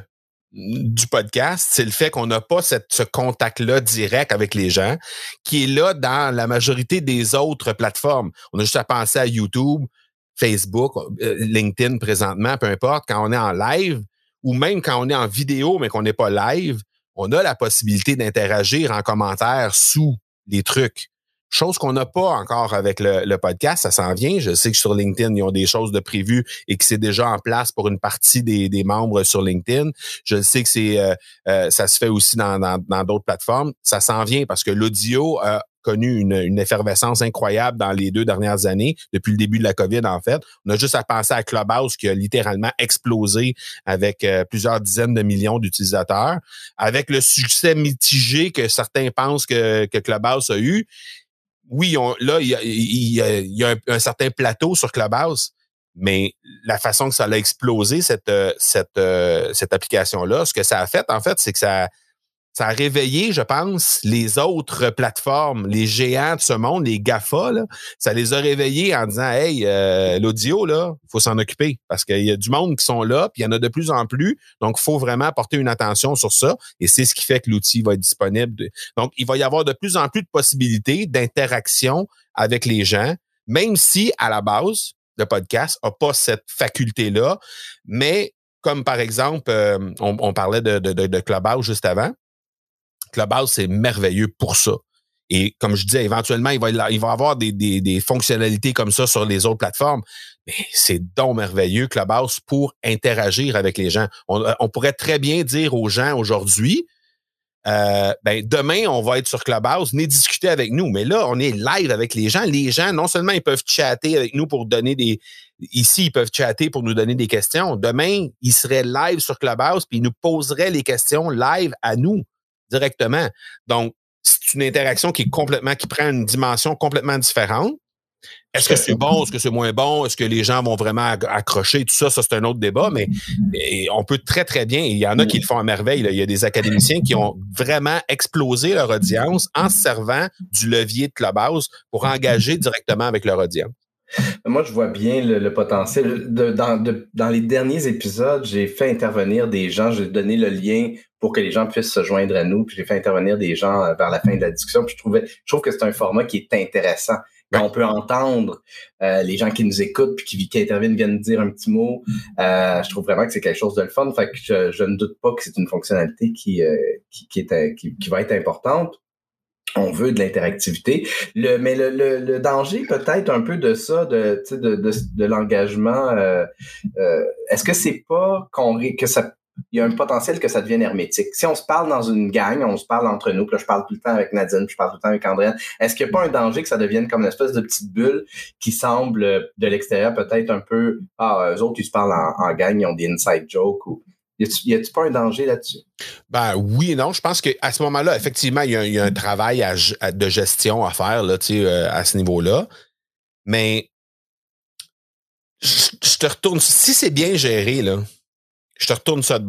B: du podcast, c'est le fait qu'on n'a pas ce contact-là direct avec les gens, qui est là dans la majorité des autres plateformes. On a juste à penser à YouTube, Facebook, LinkedIn présentement, peu importe, quand on est en live, ou même quand on est en vidéo, mais qu'on n'est pas live, on a la possibilité d'interagir en commentaire sous les trucs. Chose qu'on n'a pas encore avec le podcast, ça s'en vient. Je sais que sur LinkedIn, ils ont des choses de prévues et que c'est déjà en place pour une partie des membres sur LinkedIn. Je sais que ça se fait aussi dans d'autres plateformes. Ça s'en vient parce que l'audio a connu une effervescence incroyable dans les 2 dernières années, depuis le début de la COVID, en fait. On a juste à penser à Clubhouse qui a littéralement explosé avec plusieurs dizaines de millions d'utilisateurs. Avec le succès mitigé que certains pensent que Clubhouse a eu, oui, il y a un certain plateau sur Clubhouse, mais la façon que ça a explosé, cette application-là, ce que ça a fait, en fait, c'est que ça a réveillé, je pense, les autres plateformes, les géants de ce monde, les GAFA, là, ça les a réveillés en disant « Hey, l'audio, là, il faut s'en occuper parce qu'il y a du monde qui sont là, puis il y en a de plus en plus, donc il faut vraiment porter une attention sur ça et c'est ce qui fait que l'outil va être disponible. Donc, il va y avoir de plus en plus de possibilités d'interaction avec les gens, même si, à la base, le podcast n'a pas cette faculté-là, mais comme par exemple, on parlait de Clubhouse juste avant, Clubhouse, c'est merveilleux pour ça. Et comme je disais, éventuellement, il va avoir des fonctionnalités comme ça sur les autres plateformes. Mais c'est donc merveilleux, Clubhouse, pour interagir avec les gens. On pourrait très bien dire aux gens aujourd'hui, demain, on va être sur Clubhouse, venez discuter avec nous. Mais là, on est live avec les gens. Les gens, non seulement ils peuvent chatter avec nous pour donner ici, ils peuvent chatter pour nous donner des questions. Demain, ils seraient live sur Clubhouse puis ils nous poseraient les questions live à nous directement. Donc, c'est une interaction qui prend une dimension complètement différente. Est-ce que c'est bon? Est-ce que c'est moins bon? Est-ce que les gens vont vraiment accrocher? Tout ça, c'est un autre débat, mais on peut très, très bien, et il y en a qui le font à merveille. Là. Il y a des académiciens qui ont vraiment explosé leur audience en se servant du levier de Clubhouse pour engager directement avec leur audience.
A: Moi, je vois bien le potentiel. Dans les derniers épisodes, j'ai fait intervenir des gens, j'ai donné le lien pour que les gens puissent se joindre à nous, puis j'ai fait intervenir des gens vers la fin de la discussion, puis je trouve que c'est un format qui est intéressant. Quand on peut entendre les gens qui nous écoutent puis qui interviennent viennent dire un petit mot, je trouve vraiment que c'est quelque chose de le fun. Fait que je ne doute pas que c'est une fonctionnalité qui va être importante. On veut de l'interactivité. Mais le danger peut-être un peu de ça, de l'engagement. Est-ce que c'est pas que ça il y a un potentiel que ça devienne hermétique. Si on se parle dans une gang, on se parle entre nous, puis là, je parle tout le temps avec Nadine, puis je parle tout le temps avec Andréane, est-ce qu'il n'y a pas un danger que ça devienne comme une espèce de petite bulle qui semble de l'extérieur peut-être un peu, eux autres, ils se parlent en gang, ils ont des inside jokes ou... Y a-t-il pas un danger là-dessus?
B: Ben oui et non. Je pense qu'à ce moment-là, effectivement, il y a un travail de gestion à faire là, à ce niveau-là. Mais je te retourne... Si c'est bien géré, là, je te retourne ça de bord.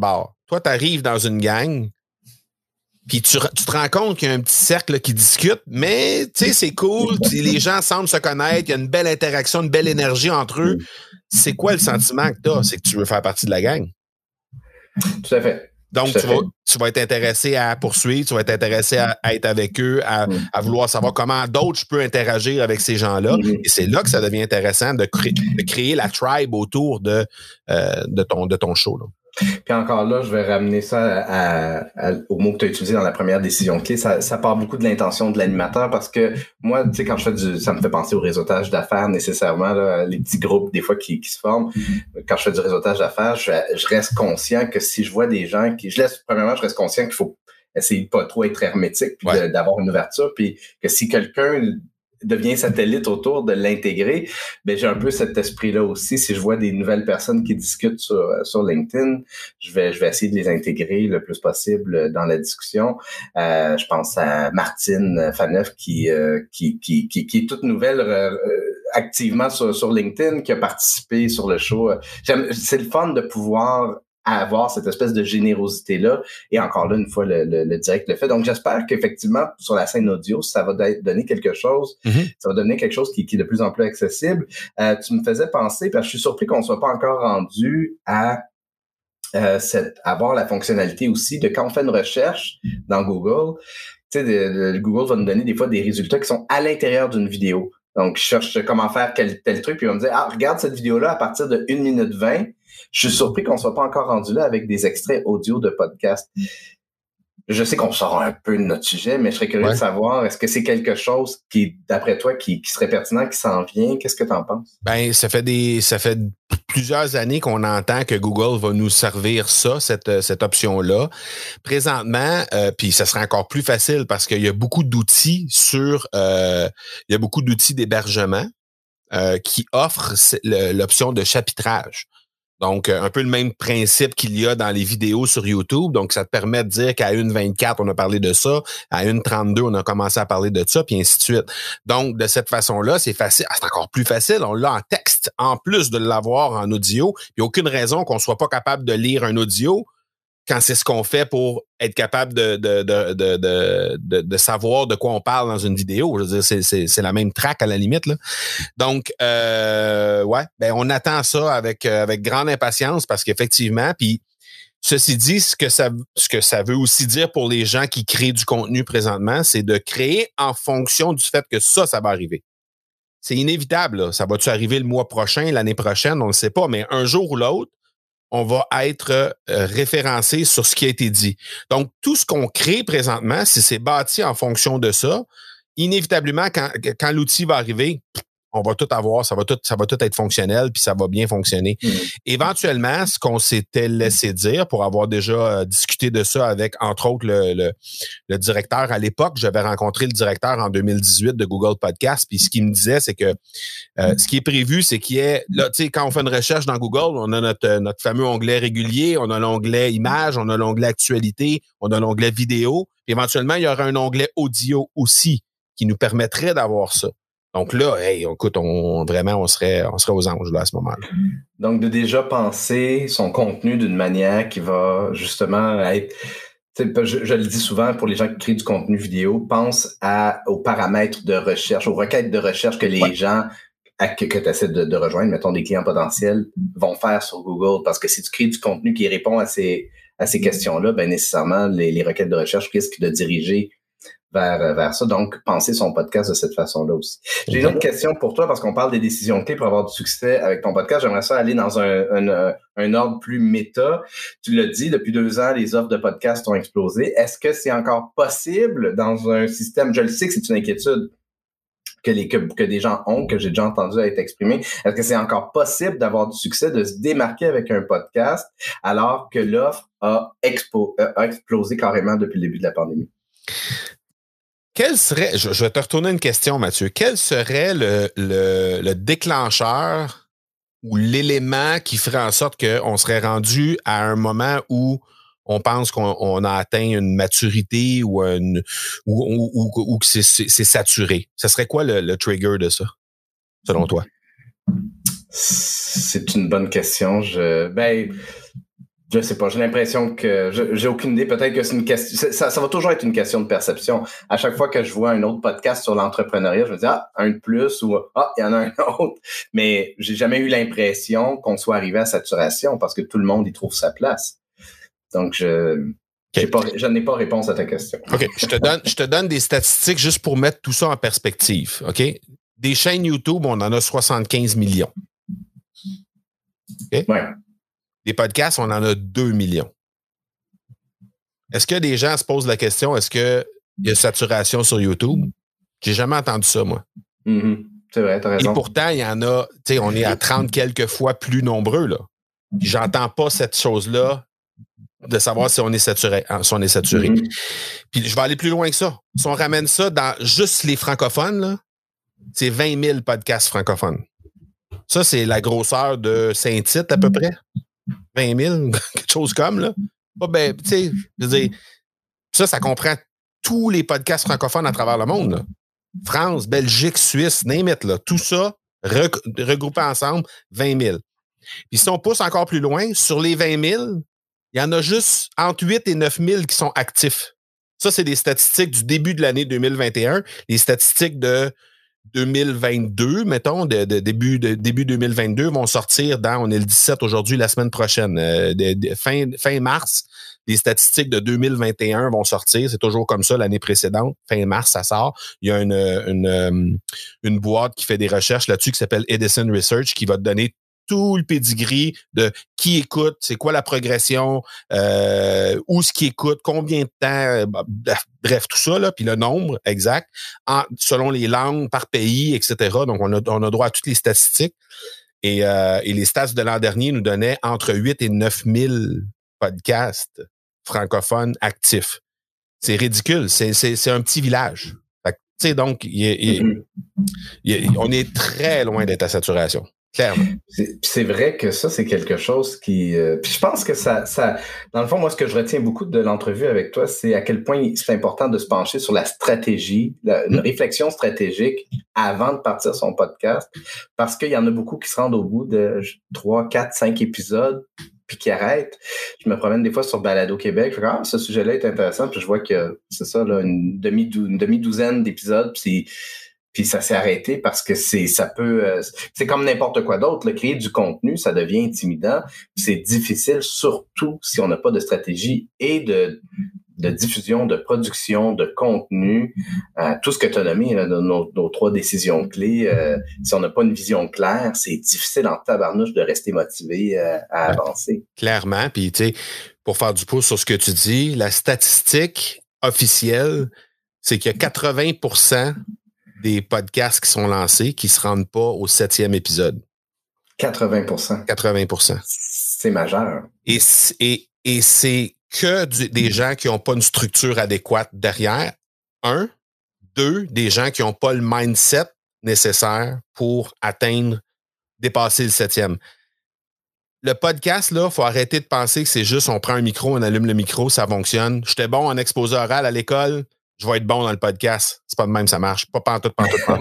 B: toi, tu arrives dans une gang, puis tu te rends compte qu'il y a un petit cercle là, qui discute, mais tu sais, c'est cool, les gens semblent se connaître, il y a une belle interaction, une belle énergie entre eux. C'est quoi le sentiment que tu as? C'est que tu veux faire partie de la gang.
A: Tout à fait.
B: Donc, tu vas être intéressé à poursuivre, tu vas être intéressé à être avec eux, à vouloir savoir comment d'autres je peux interagir avec ces gens-là. Et c'est là que ça devient intéressant de créer la tribe autour de ton show, là.
A: Puis encore là, je vais ramener ça au mot que tu as utilisé dans la première décision clé. Ça part beaucoup de l'intention de l'animateur parce que moi, tu sais, quand je fais ça me fait penser au réseautage d'affaires nécessairement, là, les petits groupes des fois qui se forment. Quand je fais du réseautage d'affaires, je reste conscient que si je vois des gens premièrement, je reste conscient qu'il faut essayer de pas trop être hermétique puis d'avoir une ouverture. Puis que si quelqu'un devient satellite autour de l'intégrer, ben j'ai un peu cet esprit-là aussi. Si je vois des nouvelles personnes qui discutent sur LinkedIn, je vais essayer de les intégrer le plus possible dans la discussion. Je pense à Martine Faneuf qui est toute nouvelle activement sur LinkedIn, qui a participé sur le show. C'est le fun de pouvoir avoir cette espèce de générosité-là. Et encore là, une fois, le direct le fait. Donc, j'espère qu'effectivement, sur la scène audio, ça va donner quelque chose. Ça va donner quelque chose qui est de plus en plus accessible. Tu me faisais penser, parce que je suis surpris qu'on ne soit pas encore rendu à avoir la fonctionnalité aussi de quand on fait une recherche dans Google, tu sais, Google va nous donner des fois des résultats qui sont à l'intérieur d'une vidéo. Donc, je cherche comment faire tel truc, puis il va me dire, regarde cette vidéo-là à partir de 1 minute 20. Je suis surpris qu'on soit pas encore rendu là avec des extraits audio de podcast. Je sais qu'on sort un peu de notre sujet, mais je serais curieux de savoir, est-ce que c'est quelque chose qui, d'après toi, qui serait pertinent, qui s'en vient? Qu'est-ce que tu en penses?
B: Ben, ça fait plusieurs années qu'on entend que Google va nous servir cette option-là. Présentement, puis ça serait encore plus facile parce qu'il y a beaucoup d'outils il y a beaucoup d'outils d'hébergement qui offrent l'option de chapitrage. Donc, un peu le même principe qu'il y a dans les vidéos sur YouTube. Donc, ça te permet de dire qu'à 1:24, on a parlé de ça. À 1:32, on a commencé à parler de ça, puis ainsi de suite. Donc, de cette façon-là, c'est facile. C'est encore plus facile. On l'a en texte, en plus de l'avoir en audio. Il n'y a aucune raison qu'on soit pas capable de lire un audio quand c'est ce qu'on fait pour être capable de savoir de quoi on parle dans une vidéo. Je veux dire, c'est la même track à la limite, là. Donc, on attend ça avec grande impatience parce qu'effectivement, puis ceci dit, ce que ça veut aussi dire pour les gens qui créent du contenu présentement, c'est de créer en fonction du fait que ça va arriver. C'est inévitable, là. Ça va-tu arriver le mois prochain, l'année prochaine, on ne sait pas, mais un jour ou l'autre, on va être référencé sur ce qui a été dit. Donc, tout ce qu'on crée présentement, si c'est bâti en fonction de ça, inévitablement, quand l'outil va arriver, on va tout avoir, ça va tout être fonctionnel, puis ça va bien fonctionner. Éventuellement, ce qu'on s'était laissé dire, pour avoir déjà discuté de ça avec, entre autres, le directeur à l'époque, j'avais rencontré le directeur en 2018 de Google Podcast, puis ce qu'il me disait, c'est que ce qui est prévu, c'est qu'il y ait, là, tu sais, quand on fait une recherche dans Google, on a notre fameux onglet régulier, on a l'onglet images, on a l'onglet actualité, on a l'onglet vidéo, puis éventuellement, il y aura un onglet audio aussi qui nous permettrait d'avoir ça. Donc là, écoute, on serait aux anges là à ce moment-là.
A: Donc de déjà penser son contenu d'une manière qui va justement être, je le dis souvent pour les gens qui créent du contenu vidéo, pense aux paramètres de recherche, aux requêtes de recherche que les gens que tu essaies de rejoindre, mettons des clients potentiels, vont faire sur Google. Parce que si tu crées du contenu qui répond à ces questions-là, ben nécessairement les requêtes de recherche risquent de diriger vers ça. Donc, penser son podcast de cette façon-là aussi. J'ai une autre question pour toi, parce qu'on parle des décisions clés pour avoir du succès avec ton podcast. J'aimerais ça aller dans un ordre plus méta. Tu l'as dit, depuis 2 ans, les offres de podcast ont explosé. Est-ce que c'est encore possible dans un système, je le sais que c'est une inquiétude que des gens ont, que j'ai déjà entendu être exprimé. Est-ce que c'est encore possible d'avoir du succès, de se démarquer avec un podcast, alors que l'offre a explosé carrément depuis le début de la pandémie?
B: Quel serait, je vais te retourner une question, Mathieu. Quel serait le déclencheur ou l'élément qui ferait en sorte qu'on serait rendu à un moment où on pense qu'on a atteint une maturité ou que c'est saturé? Ça serait quoi le trigger de ça, selon toi?
A: C'est une bonne question. Je sais pas, j'ai l'impression que j'ai aucune idée. Peut-être que c'est une question. Ça va toujours être une question de perception. À chaque fois que je vois un autre podcast sur l'entrepreneuriat, je me dis un de plus ou il y en a un autre. Mais j'ai jamais eu l'impression qu'on soit arrivé à saturation parce que tout le monde y trouve sa place. Donc je n'ai pas réponse à ta question.
B: OK. Je te donne des statistiques juste pour mettre tout ça en perspective. OK? Des chaînes YouTube, on en a 75 millions. OK?
A: Ouais.
B: Des podcasts, on en a 2 millions. Est-ce que des gens se posent la question, est-ce qu'il y a saturation sur YouTube? J'ai jamais entendu ça, moi.
A: Mm-hmm. C'est vrai, t'as raison.
B: Et pourtant, il y en a, tu sais, on est à 30 quelques fois plus nombreux, là. J'entends pas cette chose-là de savoir si on est saturé. Mm-hmm. Puis je vais aller plus loin que ça. Si on ramène ça dans juste les francophones, là, c'est 20 000 podcasts francophones. Ça, c'est la grosseur de Saint-Tite, à peu près. 20 000, quelque chose comme, là. Ben, tu sais, je veux dire, ça comprend tous les podcasts francophones à travers le monde, là. France, Belgique, Suisse, name it, là. Tout ça regroupé ensemble, 20 000. Puis si on pousse encore plus loin, sur les 20 000, il y en a juste entre 8 et 9 000 qui sont actifs. Ça, c'est des statistiques du début de l'année 2021. Les statistiques de 2022, mettons, début 2022 vont sortir on est le 17 aujourd'hui, la semaine prochaine. Fin mars, les statistiques de 2021 vont sortir. C'est toujours comme ça l'année précédente. Fin mars, ça sort. Il y a une boîte qui fait des recherches là-dessus qui s'appelle Edison Research qui va te donner tout le pedigree de qui écoute, c'est quoi la progression, où ce qui écoute, combien de temps, bref, tout ça, là, puis le nombre exact, selon les langues, par pays, etc. Donc, on a droit à toutes les statistiques. Et les stats de l'an dernier nous donnaient entre 8 et 9 000 podcasts francophones actifs. C'est ridicule. C'est un petit village. Fait que, tu sais, donc, on est très loin d'être à saturation. Clairement.
A: C'est vrai que ça, c'est quelque chose qui... puis je pense que ça... Dans le fond, moi, ce que je retiens beaucoup de l'entrevue avec toi, c'est à quel point c'est important de se pencher sur la stratégie, une réflexion stratégique avant de partir son podcast, parce qu'il y en a beaucoup qui se rendent au bout de 3, 4, 5 épisodes, puis qui arrêtent. Je me promène des fois sur Balado Québec, je fais ce sujet-là est intéressant, puis je vois que c'est ça, là, une demi-douzaine d'épisodes, puis ça s'est arrêté parce que c'est comme n'importe quoi d'autre. Créer du contenu, ça devient intimidant. C'est difficile, surtout si on n'a pas de stratégie et de diffusion, de production, de contenu. Tout ce que tu as nommé, là, nos 3 décisions clés, si on n'a pas une vision claire, c'est difficile en tabarnouche de rester motivé à avancer.
B: Clairement. Puis, tu sais, pour faire du pouce sur ce que tu dis, la statistique officielle, c'est qu'il y a 80% des podcasts qui sont lancés qui se rendent pas au 7e épisode.
A: 80%.
B: 80%.
A: C'est majeur.
B: Et c'est que des gens qui n'ont pas une structure adéquate derrière. 1. 2, des gens qui n'ont pas le mindset nécessaire pour dépasser le 7e. Le podcast, là, faut arrêter de penser que c'est juste on prend un micro, on allume le micro, ça fonctionne. J'étais bon en exposé oral à l'école, je vais être bon dans le podcast. C'est pas de même, ça marche. Pas pantoute.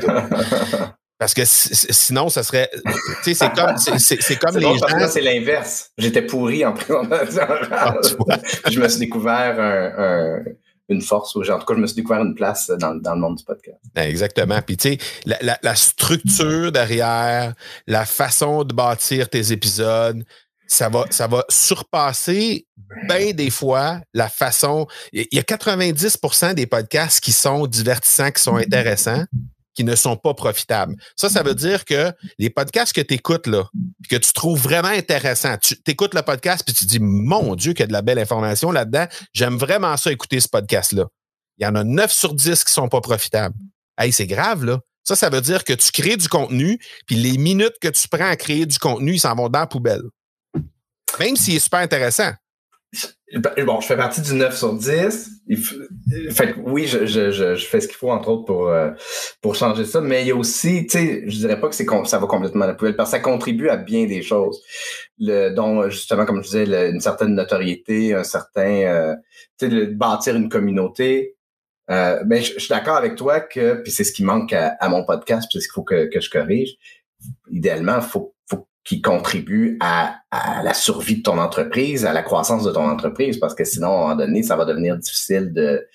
B: Parce que sinon, ça serait... Tu sais, c'est comme les gens...
A: Là, c'est l'inverse. J'étais pourri en présentation orale. Je me suis découvert une force, en tout cas, je me suis découvert une place dans le monde du podcast.
B: Exactement. Puis, tu sais, la structure derrière, la façon de bâtir tes épisodes, ça va surpasser bien des fois la façon... Il y a 90% des podcasts qui sont divertissants, qui sont intéressants, qui ne sont pas profitables. Ça veut dire que les podcasts que tu écoutes là, que tu trouves vraiment intéressants, tu écoutes le podcast puis tu te dis, mon Dieu, qu'il y a de la belle information là-dedans. J'aime vraiment ça écouter ce podcast-là. Il y en a 9 sur 10 qui sont pas profitables. Hey, c'est grave, là. Ça veut dire que tu crées du contenu, puis les minutes que tu prends à créer du contenu, ils s'en vont dans la poubelle. Même s'il est super intéressant.
A: Bon, je fais partie du 9 sur 10. Fait que oui, je fais ce qu'il faut, entre autres, pour changer ça. Mais il y a aussi, tu sais, je dirais pas que ça va complètement à la poubelle, parce que ça contribue à bien des choses. Dont, justement, comme je disais, une certaine notoriété, un certain, tu sais, bâtir une communauté. Mais je suis d'accord avec toi que, puis c'est ce qui manque à mon podcast, puis c'est ce qu'il faut que je corrige. Idéalement, faut qui contribuent à la survie de ton entreprise, à la croissance de ton entreprise, parce que sinon, à un moment donné, ça va devenir difficile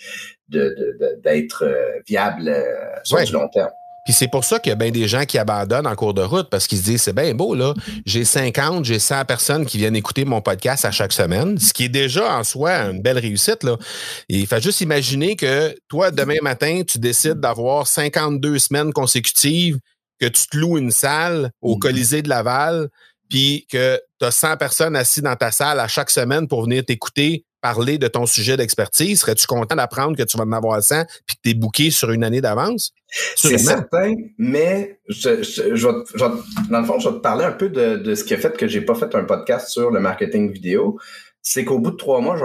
A: d'être viable sur du long terme.
B: Puis c'est pour ça qu'il y a bien des gens qui abandonnent en cours de route parce qu'ils se disent, c'est bien beau, là, j'ai 50, j'ai 100 personnes qui viennent écouter mon podcast à chaque semaine, ce qui est déjà en soi une belle réussite, là. Et il faut juste imaginer que toi, demain matin, tu décides d'avoir 52 semaines consécutives, que tu te loues une salle au Colisée de Laval, puis que tu as 100 personnes assises dans ta salle à chaque semaine pour venir t'écouter parler de ton sujet d'expertise. Serais-tu content d'apprendre que tu vas en avoir 100 puis que tu es booké sur une année d'avance?
A: C'est certain, mais dans le fond, je vais te parler un peu de ce qui a fait que j'ai pas fait un podcast sur le marketing vidéo. C'est qu'au bout de 3 mois,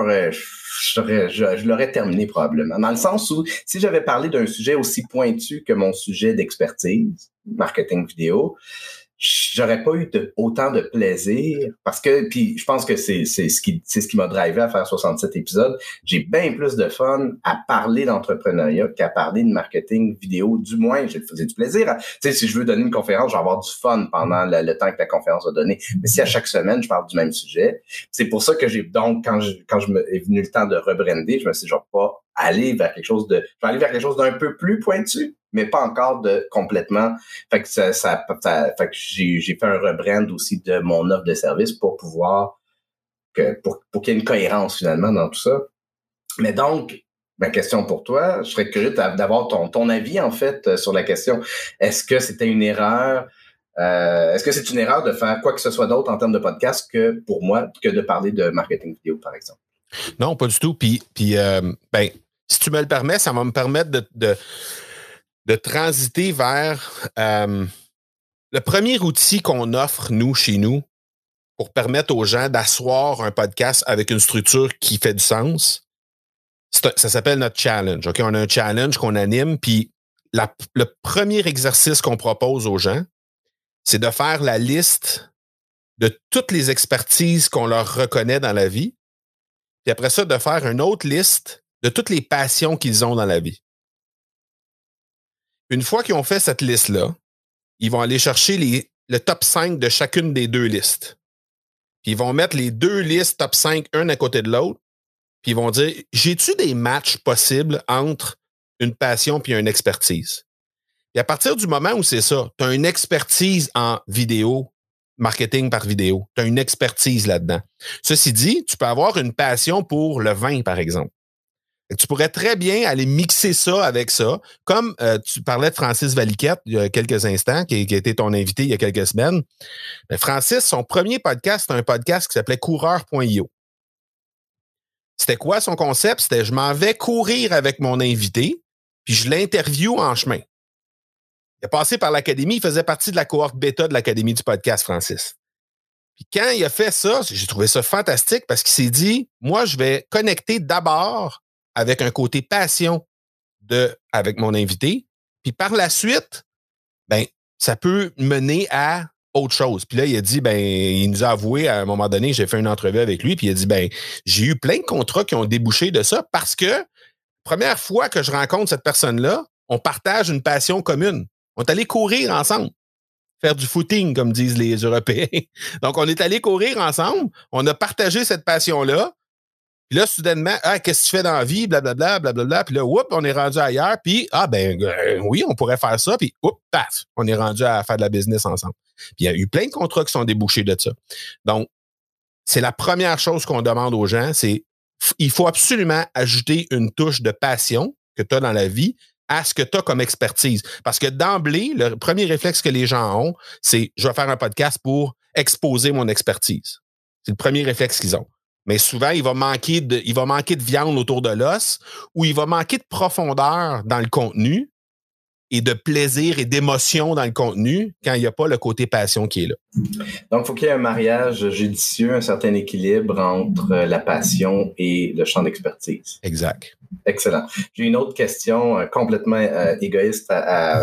A: je l'aurais terminé probablement. Dans le sens où, si j'avais parlé d'un sujet aussi pointu que mon sujet d'expertise, marketing vidéo, j'aurais pas eu autant de plaisir parce que, puis je pense que c'est ce qui m'a drivé à faire 67 épisodes. J'ai bien plus de fun à parler d'entrepreneuriat qu'à parler de marketing vidéo. Du moins, j'ai du plaisir. Tu sais, si je veux donner une conférence, je vais avoir du fun pendant le temps que la conférence va donner. Mais si à chaque semaine, je parle du même sujet, c'est pour ça que donc, quand je me est venu le temps de rebrander, je me suis dit, je vais pas aller vers quelque chose d'un peu plus pointu, mais pas encore de complètement. Fait que fait que j'ai fait un rebrand aussi de mon offre de service pour pouvoir pour qu'il y ait une cohérence finalement dans tout ça. Mais donc, ma question pour toi, je serais curieux d'avoir ton avis en fait sur la question. Est-ce que c'était une erreur? Est-ce que c'est une erreur de faire quoi que ce soit d'autre en termes de podcast que pour moi que de parler de marketing vidéo, par exemple?
B: Non, pas du tout. Puis si tu me le permets, ça va me permettre de transiter vers le premier outil qu'on offre, nous, chez nous, pour permettre aux gens d'asseoir un podcast avec une structure qui fait du sens. Ça s'appelle notre challenge. Okay? On a un challenge qu'on anime, puis le premier exercice qu'on propose aux gens, c'est de faire la liste de toutes les expertises qu'on leur reconnaît dans la vie, puis après ça, de faire une autre liste de toutes les passions qu'ils ont dans la vie. Une fois qu'ils ont fait cette liste-là, ils vont aller chercher le top 5 de chacune des deux listes. Puis ils vont mettre les deux listes top 5, un à côté de l'autre, puis ils vont dire, j'ai-tu des matchs possibles entre une passion puis une expertise? Et à partir du moment où c'est ça, tu as une expertise en vidéo, marketing par vidéo, tu as une expertise là-dedans. Ceci dit, tu peux avoir une passion pour le vin, par exemple. Tu pourrais très bien aller mixer ça avec ça. Comme tu parlais de Francis Valiquette il y a quelques instants, qui a été ton invité il y a quelques semaines. Mais Francis, son premier podcast, c'était un podcast qui s'appelait Coureur.io. C'était quoi son concept? C'était je m'en vais courir avec mon invité, puis je l'interviewe en chemin. Il a passé par l'académie, il faisait partie de la cohorte bêta de l'académie du podcast, Francis. Puis quand il a fait ça, j'ai trouvé ça fantastique parce qu'il s'est dit, moi, je vais connecter d'abord avec un côté passion avec mon invité. Puis par la suite, ça peut mener à autre chose. Puis là, il a dit, il nous a avoué à un moment donné, j'ai fait une entrevue avec lui, puis il a dit, j'ai eu plein de contrats qui ont débouché de ça parce que première fois que je rencontre cette personne-là, on partage une passion commune. On est allé courir ensemble. Faire du footing, comme disent les Européens. Donc, on est allé courir ensemble. On a partagé cette passion-là. Puis là, soudainement, qu'est-ce que tu fais dans la vie? Blablabla, blablabla. Puis là, on est rendu ailleurs. Puis, oui, on pourrait faire ça. Puis, paf, on est rendu à faire de la business ensemble. Puis, il y a eu plein de contrats qui sont débouchés de ça. Donc, c'est la première chose qu'on demande aux gens, c'est il faut absolument ajouter une touche de passion que tu as dans la vie à ce que tu as comme expertise. Parce que d'emblée, le premier réflexe que les gens ont, c'est je vais faire un podcast pour exposer mon expertise. C'est le premier réflexe qu'ils ont. Mais souvent, il va manquer de viande autour de l'os ou il va manquer de profondeur dans le contenu et de plaisir et d'émotion dans le contenu quand il n'y a pas le côté passion qui est là.
A: Donc, il faut qu'il y ait un mariage judicieux, un certain équilibre entre la passion et le champ d'expertise.
B: Exact.
A: Excellent. J'ai une autre question complètement égoïste.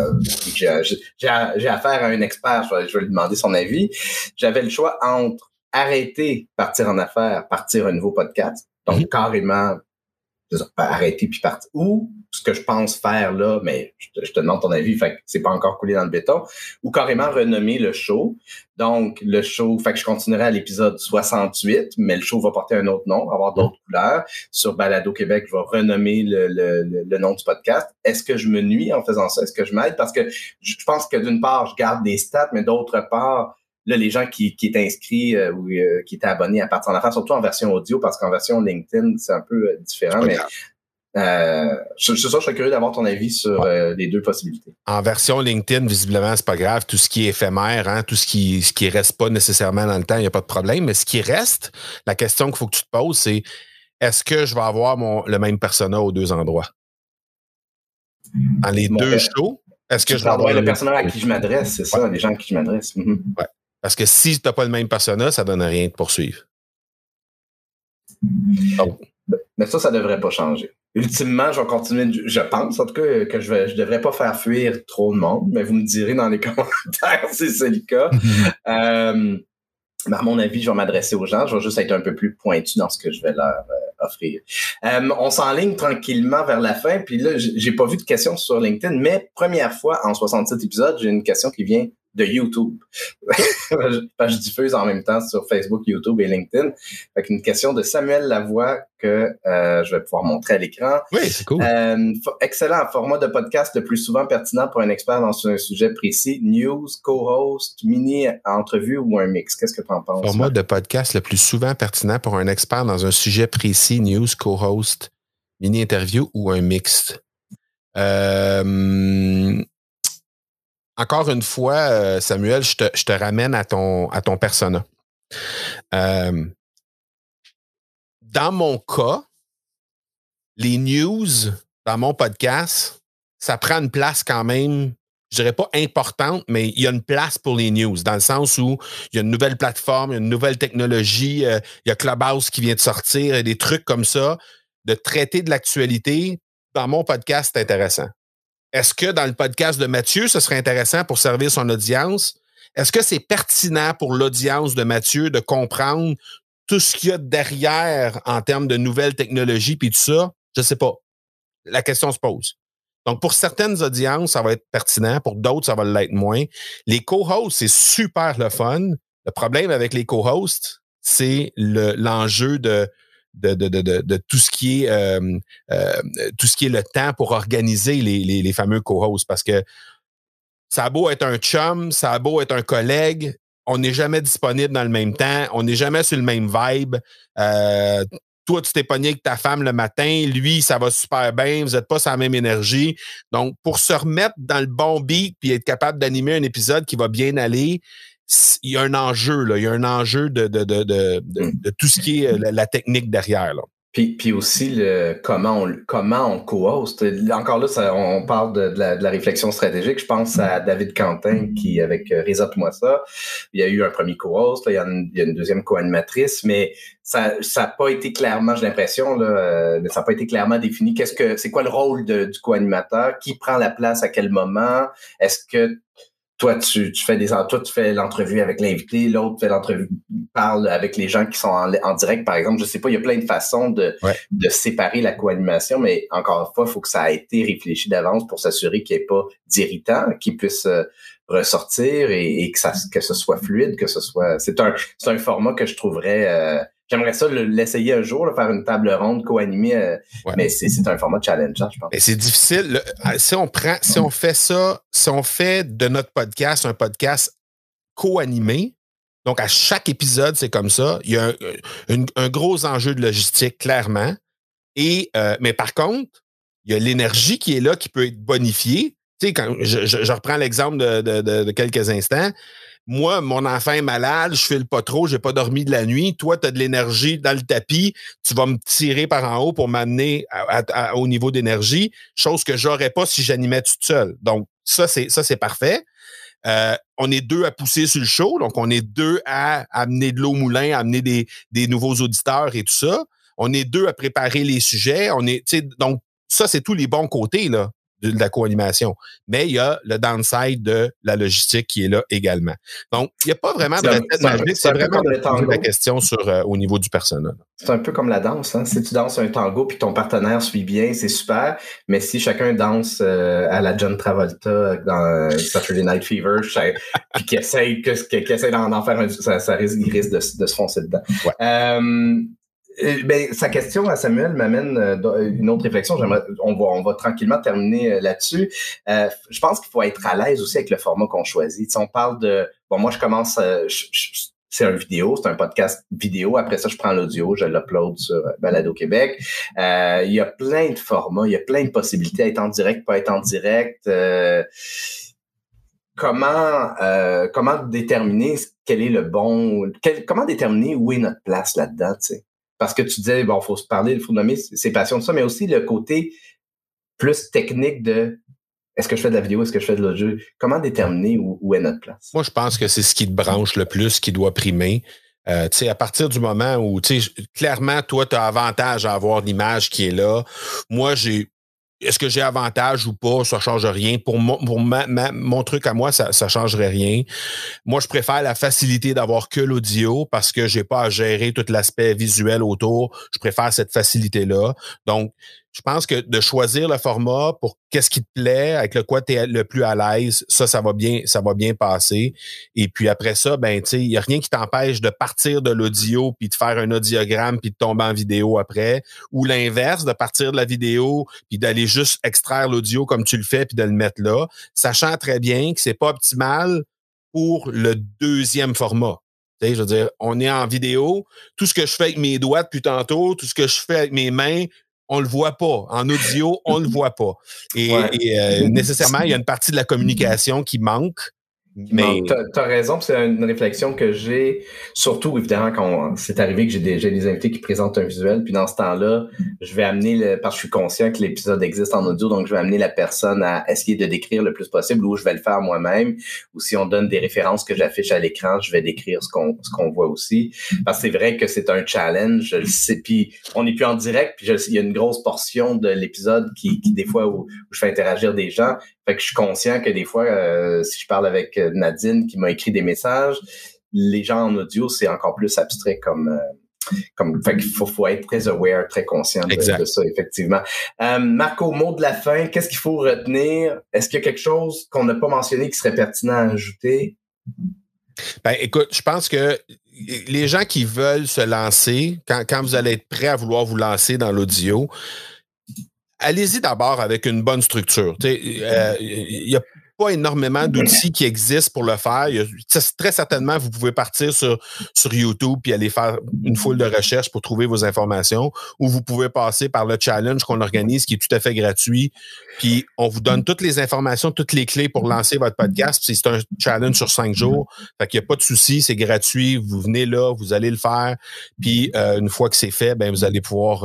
A: J'ai affaire à un expert, je vais lui demander son avis. J'avais le choix entre arrêter, partir en affaires, partir un nouveau podcast. Donc, carrément arrêter puis partir. Ou ce que je pense faire là, mais je te demande ton avis, fait que c'est pas encore coulé dans le béton, ou carrément renommer le show. Donc, le show, fait que je continuerai à l'épisode 68, mais le show va porter un autre nom, avoir d'autres couleurs. Sur Balado Québec, je vais renommer le nom du podcast. Est-ce que je me nuis en faisant ça? Est-ce que je m'aide? Parce que je pense que d'une part, je garde des stats, mais d'autre part, là, les gens qui étaient inscrits ou qui étaient abonnés à Partir en affaires, surtout en version audio, parce qu'en version LinkedIn, c'est un peu différent, mais je serais curieux d'avoir ton avis sur les deux possibilités.
B: En version LinkedIn, visiblement, c'est pas grave. Tout ce qui est éphémère, hein, tout ce qui reste pas nécessairement dans le temps, il n'y a pas de problème. Mais ce qui reste, la question qu'il faut que tu te poses, c'est est-ce que je vais avoir le même persona aux deux endroits? Dans les deux shows, est-ce que je vais avoir
A: le personnage à qui je m'adresse, c'est ça, les gens à qui je m'adresse.
B: Ouais. Parce que si tu n'as pas le même persona, ça ne donne rien de poursuivre. Donc.
A: Mais ça devrait pas changer. Ultimement, je vais continuer, je pense en tout cas que je devrais pas faire fuir trop de monde, mais vous me direz dans les commentaires si c'est le cas. À mon avis, je vais m'adresser aux gens, je vais juste être un peu plus pointu dans ce que je vais leur offrir. On s'enligne tranquillement vers la fin, puis là, j'ai pas vu de questions sur LinkedIn, mais première fois en 67 épisodes, j'ai une question qui vient de YouTube. Je diffuse en même temps sur Facebook, YouTube et LinkedIn. Fait qu'une question de Samuel Lavoie que je vais pouvoir montrer à l'écran.
B: Oui, c'est cool.
A: Excellent format de podcast le plus souvent pertinent pour un expert dans un sujet précis. News, co-host, mini-entrevue ou un mix? Qu'est-ce que tu en penses?
B: Format de podcast le plus souvent pertinent pour un expert dans un sujet précis. News, co-host, mini-interview ou un mix? Encore une fois, Samuel, je te ramène à ton persona. Dans mon cas, les news dans mon podcast, ça prend une place quand même, je dirais pas importante, mais il y a une place pour les news, dans le sens où il y a une nouvelle plateforme, il y a une nouvelle technologie, il y a Clubhouse qui vient de sortir, des trucs comme ça, de traiter de l'actualité. Dans mon podcast, c'est intéressant. Est-ce que dans le podcast de Mathieu, ce serait intéressant pour servir son audience? Est-ce que c'est pertinent pour l'audience de Mathieu de comprendre tout ce qu'il y a derrière en termes de nouvelles technologies puis tout ça? Je sais pas. La question se pose. Donc, pour certaines audiences, ça va être pertinent. Pour d'autres, ça va l'être moins. Les co-hosts, c'est super le fun. Le problème avec les co-hosts, c'est l'enjeu de tout ce qui est le temps pour organiser les fameux co-hosts, parce que ça a beau être un chum, ça a beau être un collègue, on n'est jamais disponible dans le même temps, on n'est jamais sur le même vibe. Toi, tu t'es pogné avec ta femme le matin, lui, ça va super bien, vous n'êtes pas sur la même énergie. Donc, pour se remettre dans le bon beat puis être capable d'animer un épisode qui va bien aller, il y a un enjeu, là. Il y a un enjeu de tout ce qui est la technique derrière, là.
A: Puis aussi comment on co-host. Encore là, on parle de la réflexion stratégique. Je pense à David Quentin qui, avec Réseau-moi ça, il y a eu un premier co-host, là, il y a une deuxième co-animatrice, mais ça a pas été clairement, j'ai l'impression, là, mais ça n'a pas été clairement défini. C'est quoi le rôle du co-animateur? Qui prend la place à quel moment? Est-ce que toi, tu fais l'entrevue avec l'invité, l'autre fait l'entrevue, parle avec les gens qui sont en direct, par exemple. Je sais pas, il y a plein de façons de séparer la co-animation, mais encore une fois, il faut que ça ait été réfléchi d'avance pour s'assurer qu'il n'y ait pas d'irritant, qui puisse ressortir et que ce soit fluide, c'est un format que je trouverais, j'aimerais ça l'essayer un jour, faire une table ronde co-animée, mais c'est un format challengeant, je pense.
B: Mais c'est difficile. Si on fait de notre podcast un podcast co-animé, donc à chaque épisode, c'est comme ça, il y a un gros enjeu de logistique, clairement. Mais par contre, il y a l'énergie qui est là, qui peut être bonifiée. Tu sais, quand je reprends l'exemple de quelques instants. Moi, mon enfant est malade, je file pas trop, j'ai pas dormi de la nuit. Toi, tu as de l'énergie dans le tapis, tu vas me tirer par en haut pour m'amener au niveau d'énergie, chose que j'aurais pas si j'animais toute seule. Donc, ça, c'est parfait. On est deux à pousser sur le show, donc on est deux à amener de l'eau au moulin, à amener des nouveaux auditeurs et tout ça. On est deux à préparer les sujets. Donc, ça, c'est tous les bons côtés, là. de la co-animation. Mais il y a le downside de la logistique qui est là également. Donc, il n'y a pas vraiment de recette magique. C'est vraiment de poser la question au niveau du personnel.
A: C'est un peu comme la danse. Hein? Si tu danses un tango puis ton partenaire suit bien, c'est super. Mais si chacun danse à la John Travolta dans Saturday Night Fever, puis qu'il essaye d'en faire un, il risque de se foncer dedans. Ouais. Sa question à Samuel m'amène une autre réflexion. On va tranquillement terminer là-dessus. Je pense qu'il faut être à l'aise aussi avec le format qu'on choisit. On parle de... Bon, moi, je commence... c'est un vidéo, c'est un podcast vidéo. Après ça, je prends l'audio, je l'upload sur Balado Québec. Il y a plein de formats, il y a plein de possibilités, être en direct, pas être en direct. Comment déterminer quel est le bon... comment déterminer où est notre place là-dedans, tu sais? Parce que tu disais, bon, faut se parler, il faut nommer ses passions, tout ça, mais aussi le côté plus technique de est-ce que je fais de la vidéo, est-ce que je fais de l'audio? Comment déterminer où est notre place?
B: Moi, je pense que c'est ce qui te branche le plus, qui doit primer. Tu sais, à partir du moment où, tu sais, clairement, toi, tu as avantage à avoir l'image qui est là. Moi, est-ce que j'ai avantage ou pas? Ça change rien. Pour mon truc à moi, ça changerait rien. Moi, je préfère la facilité d'avoir que l'audio parce que j'ai pas à gérer tout l'aspect visuel autour. Je préfère cette facilité-là. Donc, je pense que de choisir le format pour qu'est-ce qui te plaît, avec le quoi tu es le plus à l'aise, ça va bien passer. Et puis après ça, ben, tu sais, il y a rien qui t'empêche de partir de l'audio puis de faire un audiogramme puis de tomber en vidéo après, ou l'inverse, de partir de la vidéo puis d'aller juste extraire l'audio comme tu le fais puis de le mettre là, sachant très bien que c'est pas optimal pour le deuxième format. Tu sais, je veux dire, on est en vidéo, tout ce que je fais avec mes doigts depuis tantôt, tout ce que je fais avec mes mains, on le voit pas. En audio, on le voit pas. Et nécessairement, il y a une partie de la communication qui manque. Mais
A: t'as raison, c'est une réflexion que j'ai, surtout évidemment quand c'est arrivé que j'ai des invités qui présentent un visuel, puis dans ce temps-là, je vais amener parce que je suis conscient que l'épisode existe en audio, donc je vais amener la personne à essayer de décrire le plus possible, ou je vais le faire moi-même, ou si on donne des références que j'affiche à l'écran, je vais décrire ce qu'on voit aussi. Parce que c'est vrai que c'est un challenge, je le sais, puis on n'est plus en direct, puis il y a une grosse portion de l'épisode qui des fois où je fais interagir des gens. Fait que je suis conscient que des fois, si je parle avec Nadine qui m'a écrit des messages, les gens en audio, c'est encore plus abstrait comme fait qu'il faut être très aware, très conscient de ça, effectivement. Marco, mot de la fin, qu'est-ce qu'il faut retenir? Est-ce qu'il y a quelque chose qu'on n'a pas mentionné qui serait pertinent à ajouter?
B: Ben, écoute, je pense que les gens qui veulent se lancer, quand vous allez être prêts à vouloir vous lancer dans l'audio, allez-y d'abord avec une bonne structure. Il y a pas énormément d'outils qui existent pour le faire. Très certainement, vous pouvez partir sur YouTube puis aller faire une foule de recherches pour trouver vos informations, ou vous pouvez passer par le challenge qu'on organise qui est tout à fait gratuit. Puis on vous donne toutes les informations, toutes les clés pour lancer votre podcast. Puis c'est un challenge sur 5 jours. Fait qu'il n'y a pas de souci, c'est gratuit. Vous venez là, vous allez le faire. Puis une fois que c'est fait, ben vous allez pouvoir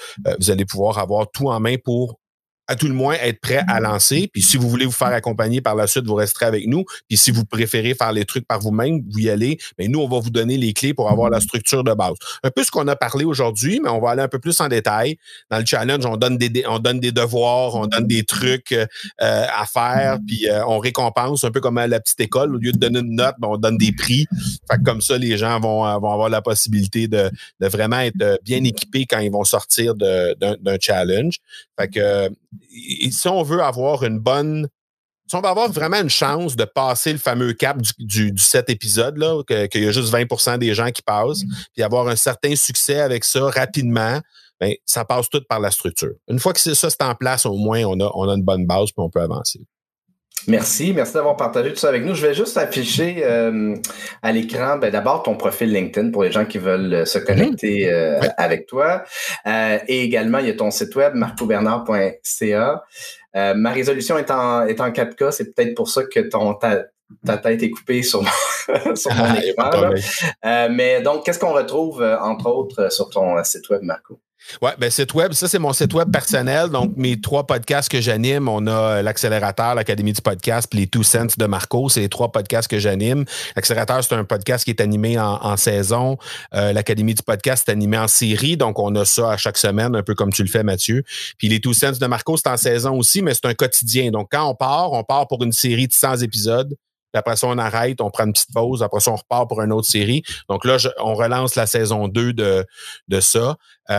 B: avoir tout en main pour à tout le moins être prêt à lancer. Puis si vous voulez vous faire accompagner par la suite, vous resterez avec nous. Puis si vous préférez faire les trucs par vous-même, vous y allez. Mais nous, on va vous donner les clés pour avoir la structure de base. Un peu ce qu'on a parlé aujourd'hui, mais on va aller un peu plus en détail. Dans le challenge, on donne des devoirs, on donne des trucs à faire, puis on récompense un peu comme à la petite école. Au lieu de donner une note, ben, on donne des prix. Fait que comme ça, les gens vont avoir la possibilité de vraiment être bien équipés quand ils vont sortir d'un challenge. Fait que si on veut avoir si on veut avoir vraiment une chance de passer le fameux cap du 7 épisodes, là, qu'il y a juste 20% des gens qui passent, puis avoir un certain succès avec ça rapidement, ben, ça passe tout par la structure. Une fois que c'est en place, au moins, on a une bonne base, puis on peut avancer.
A: Merci d'avoir partagé tout ça avec nous. Je vais juste afficher à l'écran d'abord ton profil LinkedIn pour les gens qui veulent se connecter avec toi. Et également, il y a ton site web, marcobernard.ca. Ma résolution est en 4K, c'est peut-être pour ça que ta tête est coupée sur mon écran. Mais donc, qu'est-ce qu'on retrouve, entre autres, sur ton site web, Marco?
B: Oui, ben site web, ça c'est mon site web personnel. Donc, mes 3 podcasts que j'anime, on a l'Accélérateur, l'Académie du podcast, puis les 2 cents de Marco, c'est les 3 podcasts que j'anime. L'Accélérateur, c'est un podcast qui est animé en saison. L'Académie du podcast est animé en série, donc on a ça à chaque semaine, un peu comme tu le fais, Mathieu. Puis les 2 cents de Marco, c'est en saison aussi, mais c'est un quotidien. Donc, quand on part pour une série de 100 épisodes. Puis après ça, on arrête, on prend une petite pause. Après ça, on repart pour une autre série. Donc là, on relance la saison 2 de ça.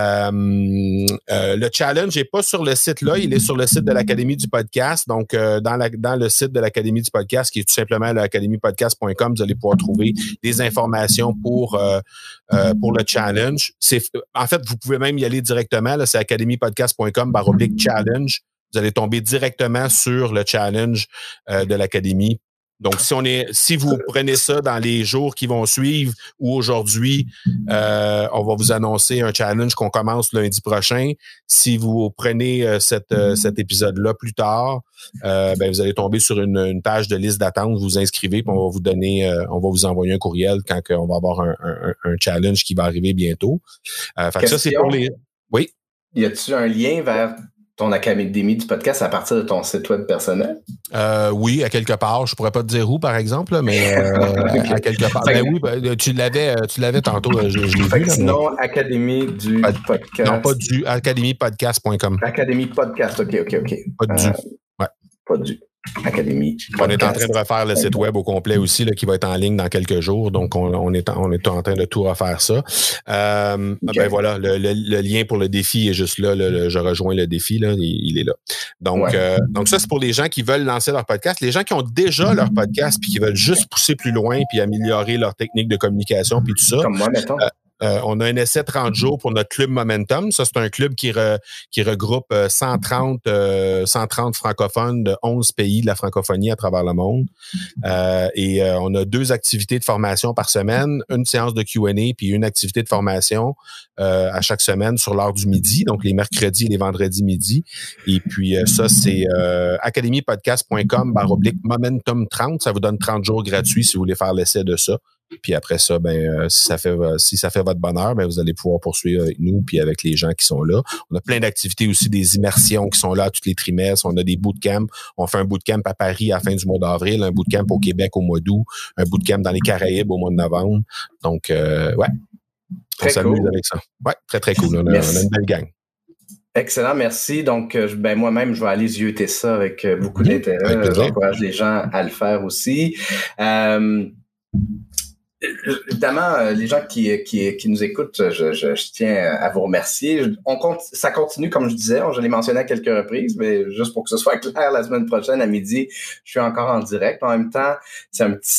B: Le challenge n'est pas sur le site là, il est sur le site de l'Académie du podcast. Donc, dans le site de l'Académie du podcast, qui est tout simplement l'académiepodcast.com, vous allez pouvoir trouver des informations pour le challenge. En fait, vous pouvez même y aller directement. Là, c'est académiepodcast.com/challenge. Vous allez tomber directement sur le challenge de l'Académie. Donc, si vous prenez ça dans les jours qui vont suivre ou aujourd'hui, on va vous annoncer un challenge qu'on commence lundi prochain. Si vous prenez cet épisode-là plus tard, vous allez tomber sur une page de liste d'attente, vous vous inscrivez, puis on va vous envoyer un courriel quand on va avoir un challenge qui va arriver bientôt. Fait que ça, c'est pour les... Oui?
A: Y a-t-il un lien vers ton académie du podcast à partir de ton site web personnel?
B: Oui, à quelque part. Je pourrais pas te dire où, par exemple, mais okay. À quelque part. Ben oui, tu l'avais tantôt, je l'ai vu.
A: Sinon, mais... Académie du podcast.
B: Non, pas du, académiepodcast.com.
A: Académie podcast, OK.
B: Pas du. Ouais.
A: Pas du. Académie.
B: On est en train de refaire le site web au complet aussi, là, qui va être en ligne dans quelques jours. Donc, on est en train de tout refaire ça. Okay. Ben voilà, le lien pour le défi est juste là. Je rejoins le défi, là, il est là. Donc, donc ça, c'est pour les gens qui veulent lancer leur podcast. Les gens qui ont déjà leur podcast puis qui veulent juste pousser plus loin puis améliorer leur technique de communication puis tout ça.
A: Comme moi, mettons.
B: On a un essai 30 jours pour notre club Momentum. Ça, c'est un club qui regroupe 130 francophones de 11 pays de la francophonie à travers le monde. Et on a 2 activités de formation par semaine, une séance de Q&A puis une activité de formation à chaque semaine sur l'heure du midi, donc les mercredis et les vendredis midi. Et puis ça, c'est académiepodcast.com/momentum 30. Ça vous donne 30 jours gratuits si vous voulez faire l'essai de ça. Puis après ça, si ça fait votre bonheur, vous allez pouvoir poursuivre avec nous puis avec les gens qui sont là. On a plein d'activités aussi, des immersions qui sont là tous les trimestres. On a des bootcamps. On fait un bootcamp à Paris à la fin du mois d'avril, un bootcamp au Québec au mois d'août, un bootcamp dans les Caraïbes au mois de novembre. Donc, ouais, on s'amuse avec ça. Ouais, très, très cool. On a une belle gang.
A: Excellent, merci. Donc, moi-même, je vais aller zioter ça avec beaucoup d'intérêt. J'encourage les gens à le faire aussi. Évidemment, les gens qui nous écoutent, je tiens à vous remercier. Ça continue, comme je disais, je l'ai mentionné à quelques reprises, mais juste pour que ce soit clair, la semaine prochaine, à midi, je suis encore en direct. En même temps, c'est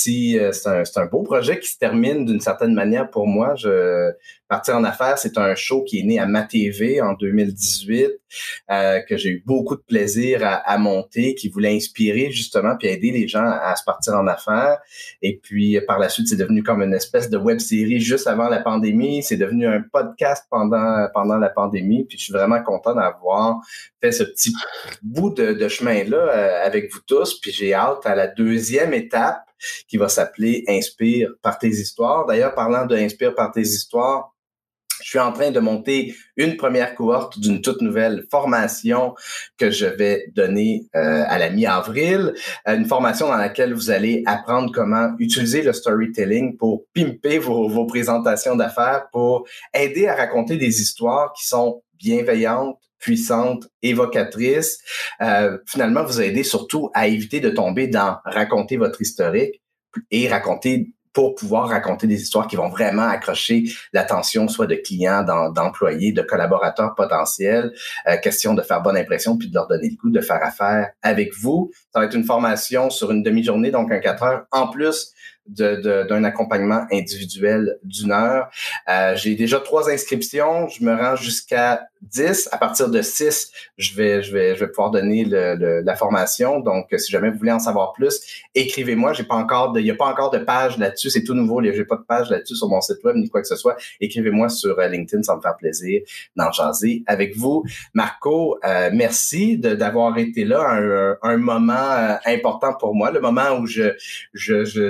A: un beau projet qui se termine d'une certaine manière pour moi. Partir en affaires, c'est un show qui est né à MaTV en 2018, que j'ai eu beaucoup de plaisir à monter, qui voulait inspirer justement puis aider les gens à se partir en affaires. Et puis par la suite, c'est devenu comme une espèce de web-série juste avant la pandémie. C'est devenu un podcast pendant la pandémie. Puis je suis vraiment content d'avoir fait ce petit bout de chemin-là avec vous tous. Puis j'ai hâte à la 2e étape qui va s'appeler Inspire par tes histoires. D'ailleurs, parlant de Inspire par tes histoires, je suis en train de monter une première cohorte d'une toute nouvelle formation que je vais donner à la mi-avril. Une formation dans laquelle vous allez apprendre comment utiliser le storytelling pour pimper vos présentations d'affaires, pour aider à raconter des histoires qui sont bienveillantes, puissantes, évocatrices. Finalement, vous aider surtout à éviter de tomber dans raconter votre historique et pour pouvoir raconter des histoires qui vont vraiment accrocher l'attention soit de clients, d'employés, de collaborateurs potentiels. Question de faire bonne impression puis de leur donner le goût de faire affaire avec vous. Ça va être une formation sur une demi-journée, donc un 4 heures, en plus d'un accompagnement individuel d'1 heure. J'ai déjà 3 inscriptions. Je me rends jusqu'à 10. À partir de 6, je vais pouvoir donner la formation. Donc, si jamais vous voulez en savoir plus, écrivez-moi. Il n'y a pas encore de page là-dessus. C'est tout nouveau. J'ai pas de page là-dessus sur mon site web ni quoi que ce soit. Écrivez-moi sur LinkedIn. Ça me fait plaisir d'en jaser avec vous. Marco, merci d'avoir été là un moment important pour moi. Le moment où je laisse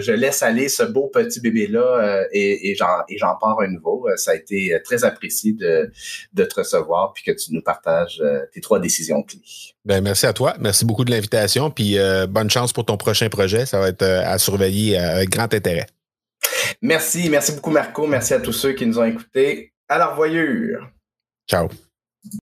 A: aller ce beau petit bébé-là et j'en pars un nouveau. Ça a été très apprécié de te recevoir puis que tu nous partages tes 3 décisions clés.
B: Ben, merci à toi. Merci beaucoup de l'invitation. Puis bonne chance pour ton prochain projet. Ça va être à surveiller avec grand intérêt.
A: Merci beaucoup Marco. Merci à tous ceux qui nous ont écoutés. À la revoyure.
B: Ciao.